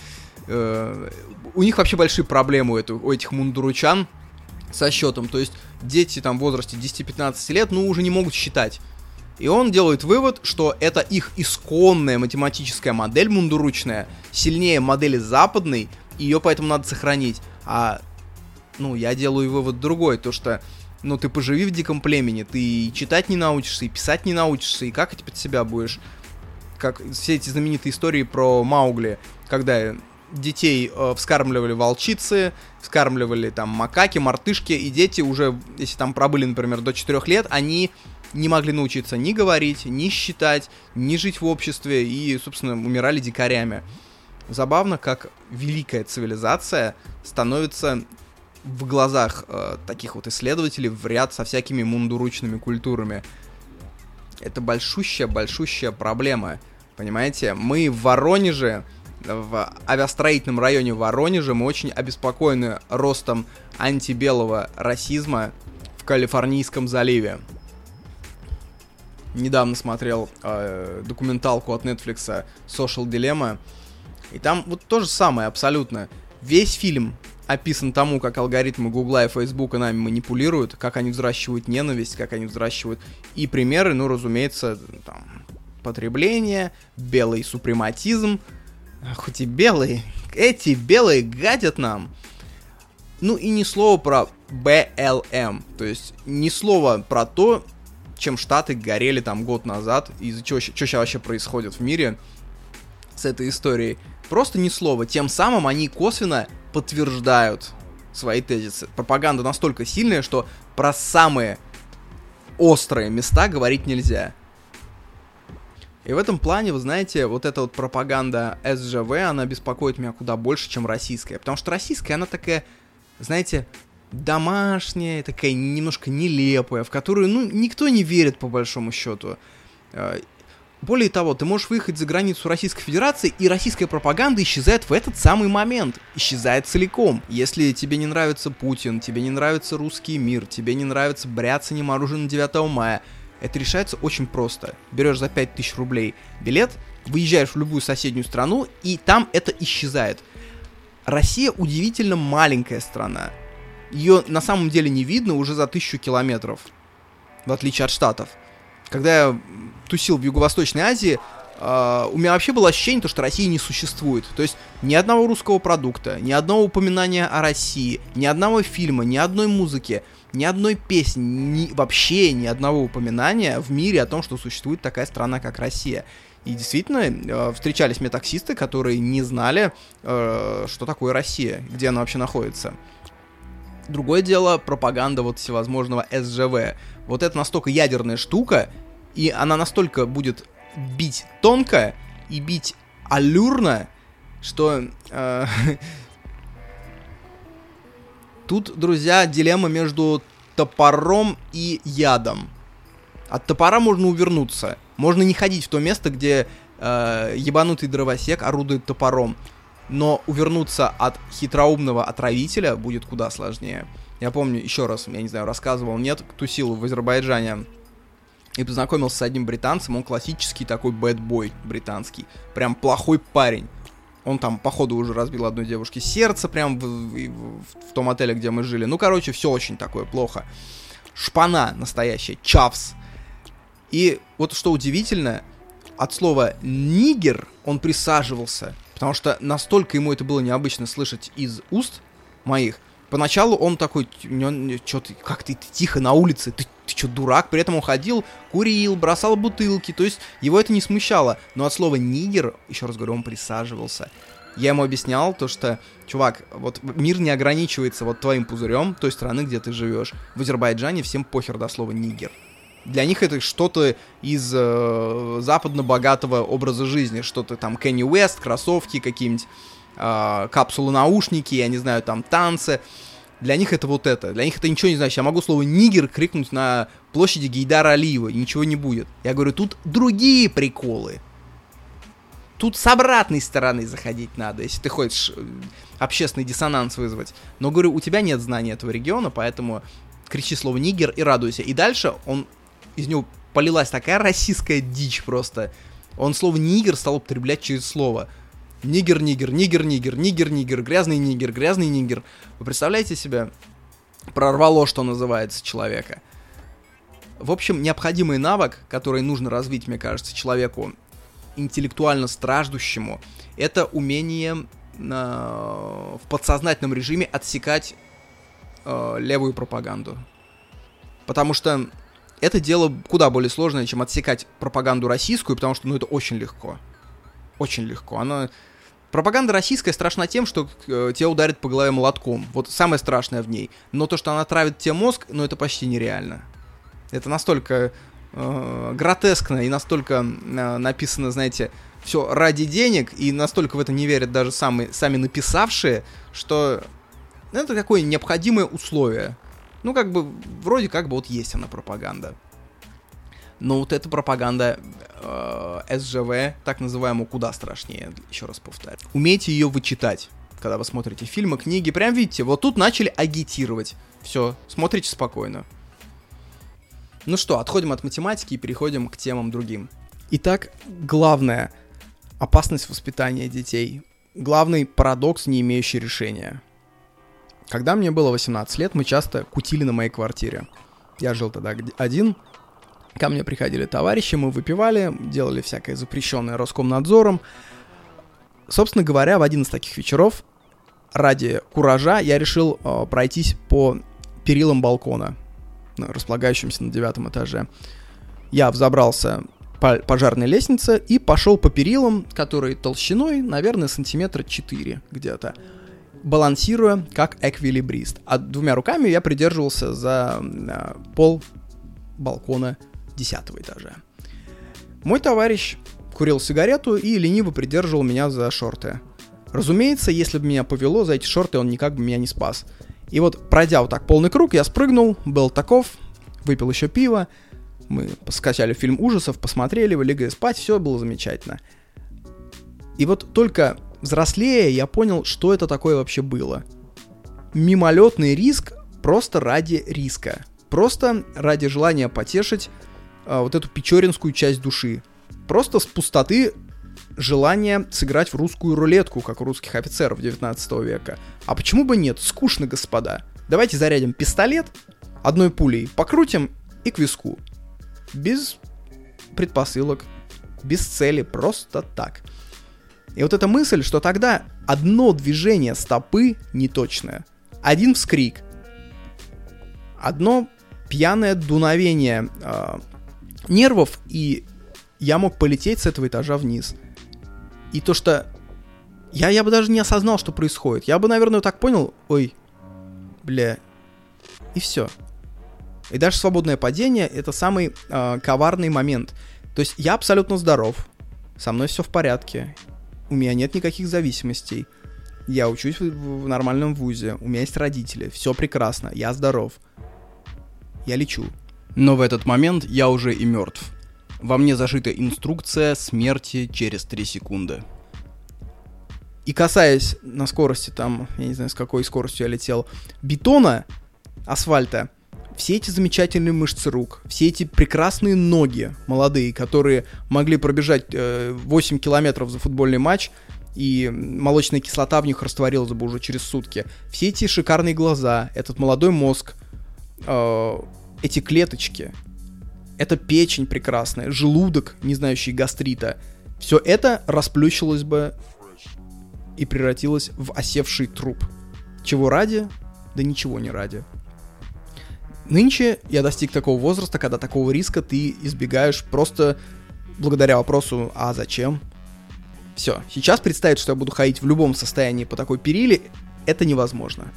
у них вообще большие проблемы у этих мундуручан со счетом. То есть дети там в возрасте 10-15 лет, ну, уже не могут считать. И он делает вывод, что это их исконная математическая модель мундуручная сильнее модели западной, и ее поэтому надо сохранить. А, ну, я делаю вывод другой, то что, ну, ты поживи в диком племени, ты и читать не научишься, и писать не научишься, и как ты под себя будешь? Как все эти знаменитые истории про Маугли, когда детей вскармливали волчицы, вскармливали там макаки, мартышки, и дети уже, если там пробыли, например, до 4 лет, они не могли научиться ни говорить, ни считать, ни жить в обществе, и, собственно, умирали дикарями. Забавно, как великая цивилизация становится в глазах таких вот исследователей в ряд со всякими мундуручными культурами. Это большущая проблема, понимаете? Мы в Воронеже, в авиастроительном районе Воронежа, мы очень обеспокоены ростом антибелого расизма в Калифорнийском заливе. Недавно смотрел документалку от Netflix Social Dilemma, и там вот то же самое абсолютно. Весь фильм описан тому, как алгоритмы Гугла и Фейсбука нами манипулируют, как они взращивают ненависть, как они взращивают... И примеры, ну, разумеется, там, потребление, белый супрематизм. Хоть и белые, эти белые гадят нам. Ну и ни слова про БЛМ, то есть ни слова про то, чем Штаты горели там год назад, из-за чего сейчас вообще происходит в мире с этой историей. Просто ни слова. Тем самым они косвенно подтверждают свои тезисы. Пропаганда настолько сильная, что про самые острые места говорить нельзя. И в этом плане, вы знаете, вот эта вот пропаганда СЖВ, она беспокоит меня куда больше, чем российская. Потому что российская, она такая, знаете, домашняя, такая немножко нелепая, в которую, ну, никто не верит по большому счету. Более того, ты можешь выехать за границу Российской Федерации, и российская пропаганда исчезает в этот самый момент. Исчезает целиком. Если тебе не нравится Путин, тебе не нравится русский мир, тебе не нравится бряцание оружия на 9 мая, это решается очень просто. Берешь за 5000 рублей билет, выезжаешь в любую соседнюю страну, и там это исчезает. Россия удивительно маленькая страна. Ее на самом деле не видно уже за 1000 километров, в отличие от Штатов. Когда я тусил в Юго-Восточной Азии, у меня вообще было ощущение, что России не существует. То есть ни одного русского продукта, ни одного упоминания о России, ни одного фильма, ни одной музыки. ни одной песни, вообще ни одного упоминания в мире о том, что существует такая страна, как Россия. И действительно, встречались мне таксисты, которые не знали, что такое Россия, где она вообще находится. Другое дело пропаганда вот всевозможного СЖВ. Вот это настолько ядерная штука, и она настолько будет бить тонко и бить аллюрно, что тут, друзья, дилемма между топором и ядом. От топора можно увернуться. Можно не ходить в то место, где ебанутый дровосек орудует топором. Но увернуться от хитроумного отравителя будет куда сложнее. Я помню, еще раз, я не знаю, рассказывал, нет, тусил в Азербайджане и познакомился с одним британцем. Он классический такой бэдбой британский. Прям плохой парень. Он там, походу, уже разбил одной девушке сердце прям в том отеле, где мы жили. Ну, короче, все очень такое плохо. Шпана настоящая, чавс. И вот что удивительно, от слова «нигер» он присаживался, потому что настолько ему это было необычно слышать из уст моих. Поначалу он такой, что ты, как ты тихо на улице, ты что, дурак? При этом он ходил, курил, бросал бутылки, то есть его это не смущало. Но от слова «нигер», еще раз говорю, он присаживался. Я ему объяснял то, что, чувак, вот мир не ограничивается вот твоим пузырем той страны, где ты живешь. В Азербайджане всем похер до слова «нигер». Для них это что-то из западно-богатого образа жизни. Что-то там Кенни Уэст, кроссовки, какие-нибудь капсулы-наушники, я не знаю, там танцы. Для них это вот это. Для них это ничего не значит. Я могу слово «нигер» крикнуть на площади Гейдара Алиева, и ничего не будет. Я говорю, тут другие приколы. Тут с обратной стороны заходить надо, если ты хочешь общественный диссонанс вызвать. Но, говорю, у тебя нет знания этого региона, поэтому кричи слово «нигер» и радуйся. И дальше из него полилась такая российская дичь просто. Он слово «нигер» стал употреблять через слово. Нигер, нигер, нигер, нигер, нигер, нигер, грязный нигер, грязный нигер. Вы представляете себе? Прорвало, что называется, человека. В общем, необходимый навык, который нужно развить, мне кажется, человеку интеллектуально страждущему, это умение в подсознательном режиме отсекать левую пропаганду. Потому что это дело куда более сложное, чем отсекать пропаганду российскую, потому что, это очень легко. Очень легко. Пропаганда российская страшна тем, что тебя ударит по голове молотком. Вот самое страшное в ней. Но то, что она травит тебе мозг, это почти нереально. Это настолько гротескно и настолько написано, знаете, все ради денег, и настолько в это не верят даже сами написавшие, что это такое необходимое условие. Вроде как бы вот есть она, пропаганда. Но вот эта пропаганда СЖВ, так называемая, куда страшнее, еще раз повторю. Умейте ее вычитать, когда вы смотрите фильмы, книги. Прям видите, вот тут начали агитировать. Все, смотрите спокойно. Ну что, отходим от математики и переходим к темам другим. Итак, главная опасность воспитания детей. Главный парадокс, не имеющий решения. Когда мне было 18 лет, мы часто кутили на моей квартире. Я жил тогда один. Ко мне приходили товарищи, мы выпивали, делали всякое запрещенное Роскомнадзором. Собственно говоря, в один из таких вечеров, ради куража, я решил пройтись по перилам балкона, располагающимся на 9 этаже. Я взобрался по пожарной лестнице и пошел по перилам, которые толщиной, наверное, 4 сантиметра где-то, балансируя как эквилибрист. А 2 руками я придерживался за пол балкона 10 этажа. Мой товарищ курил сигарету и лениво придерживал меня за шорты. Разумеется, если бы меня повело, за эти шорты он никак бы меня не спас. И вот, пройдя вот так полный круг, я спрыгнул, был таков, выпил еще пиво, мы скачали фильм ужасов, посмотрели, легли спать, все было замечательно. И вот только взрослея я понял, что это такое вообще было. Мимолетный риск просто ради риска. Просто ради желания потешить вот эту печоринскую часть души. Просто с пустоты желания сыграть в русскую рулетку, как у русских офицеров 19 века. А почему бы нет? Скучно, господа. Давайте зарядим пистолет, одной пулей покрутим и к виску. Без предпосылок, без цели, просто так. И вот эта мысль, что тогда одно движение стопы неточное, один вскрик, одно пьяное дуновение нервов, и я мог полететь с этого этажа вниз. И то, что я бы даже не осознал, что происходит. Я бы, наверное, так понял, ой, бля, и все. И даже свободное падение — это самый коварный момент. То есть я абсолютно здоров, со мной все в порядке, у меня нет никаких зависимостей, я учусь в нормальном вузе, у меня есть родители, все прекрасно, я здоров, я лечу. Но в этот момент я уже и мертв. Во мне зашита инструкция смерти через 3 секунды. И касаясь на скорости, там, я не знаю, с какой скоростью я летел, бетона, асфальта, все эти замечательные мышцы рук, все эти прекрасные ноги молодые, которые могли пробежать 8 километров за футбольный матч, и молочная кислота в них растворилась бы уже через сутки. Все эти шикарные глаза, этот молодой мозг, эти клеточки, эта печень прекрасная, желудок, не знающий гастрита, все это расплющилось бы и превратилось в осевший труп. Чего ради? Да ничего не ради. Нынче я достиг такого возраста, когда такого риска ты избегаешь просто благодаря вопросу «а зачем?». Все, сейчас представить, что я буду ходить в любом состоянии по такой периле, это невозможно.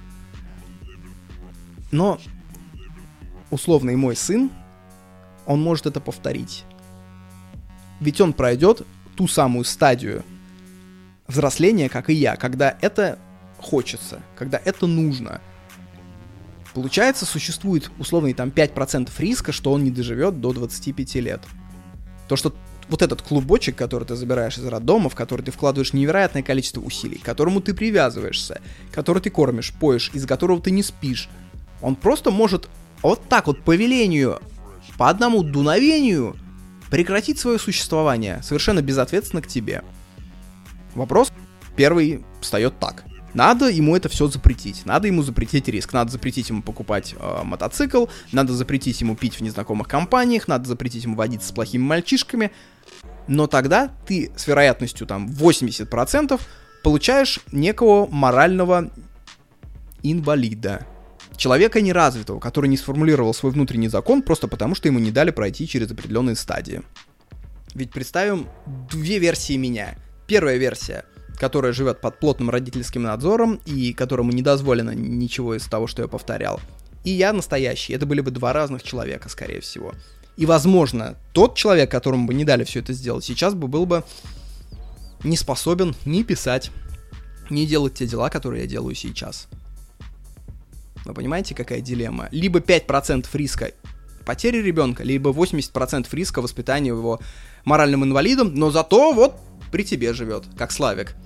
Но условный мой сын, он может это повторить. Ведь он пройдет ту самую стадию взросления, как и я, когда это хочется, когда это нужно. Получается, существует условный там 5% риска, что он не доживет до 25 лет. То, что вот этот клубочек, который ты забираешь из роддома, в который ты вкладываешь невероятное количество усилий, к которому ты привязываешься, который ты кормишь, поешь, из-за которого ты не спишь, он просто может вот так вот по велению, по одному дуновению прекратить свое существование совершенно безответственно к тебе. Вопрос первый встает так. Надо ему это все запретить. Надо ему запретить риск. Надо запретить ему покупать мотоцикл. Надо запретить ему пить в незнакомых компаниях. Надо запретить ему водиться с плохими мальчишками. Но тогда ты с вероятностью там 80% получаешь некого морального инвалида. Человека неразвитого, который не сформулировал свой внутренний закон просто потому, что ему не дали пройти через определенные стадии. Ведь представим 2 версии меня. Первая версия, которая живет под плотным родительским надзором и которому не дозволено ничего из того, что я повторял. И я настоящий. Это были бы 2 разных человека, скорее всего. И, возможно, тот человек, которому бы не дали все это сделать, сейчас бы был бы не способен ни писать, ни делать те дела, которые я делаю сейчас. Вы понимаете, какая дилемма? Либо 5% риска потери ребенка, либо 80% риска воспитания его моральным инвалидом, но зато вот при тебе живет, как Славик.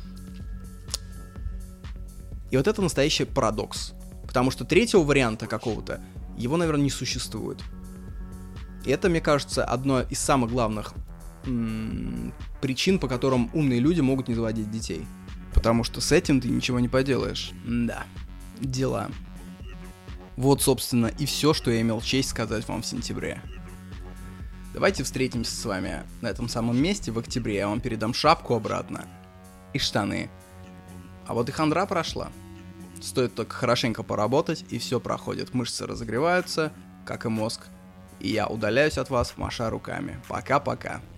И вот это настоящий парадокс. Потому что третьего варианта какого-то, его, наверное, не существует. И это, мне кажется, одно из самых главных причин, по которым умные люди могут не заводить детей. Потому что с этим ты ничего не поделаешь. Да, дела. Вот, собственно, и все, что я имел честь сказать вам в сентябре. Давайте встретимся с вами на этом самом месте в октябре. Я вам передам шапку обратно и штаны. А вот и хандра прошла. Стоит только хорошенько поработать, и все проходит. Мышцы разогреваются, как и мозг. И я удаляюсь от вас, маша руками. Пока-пока.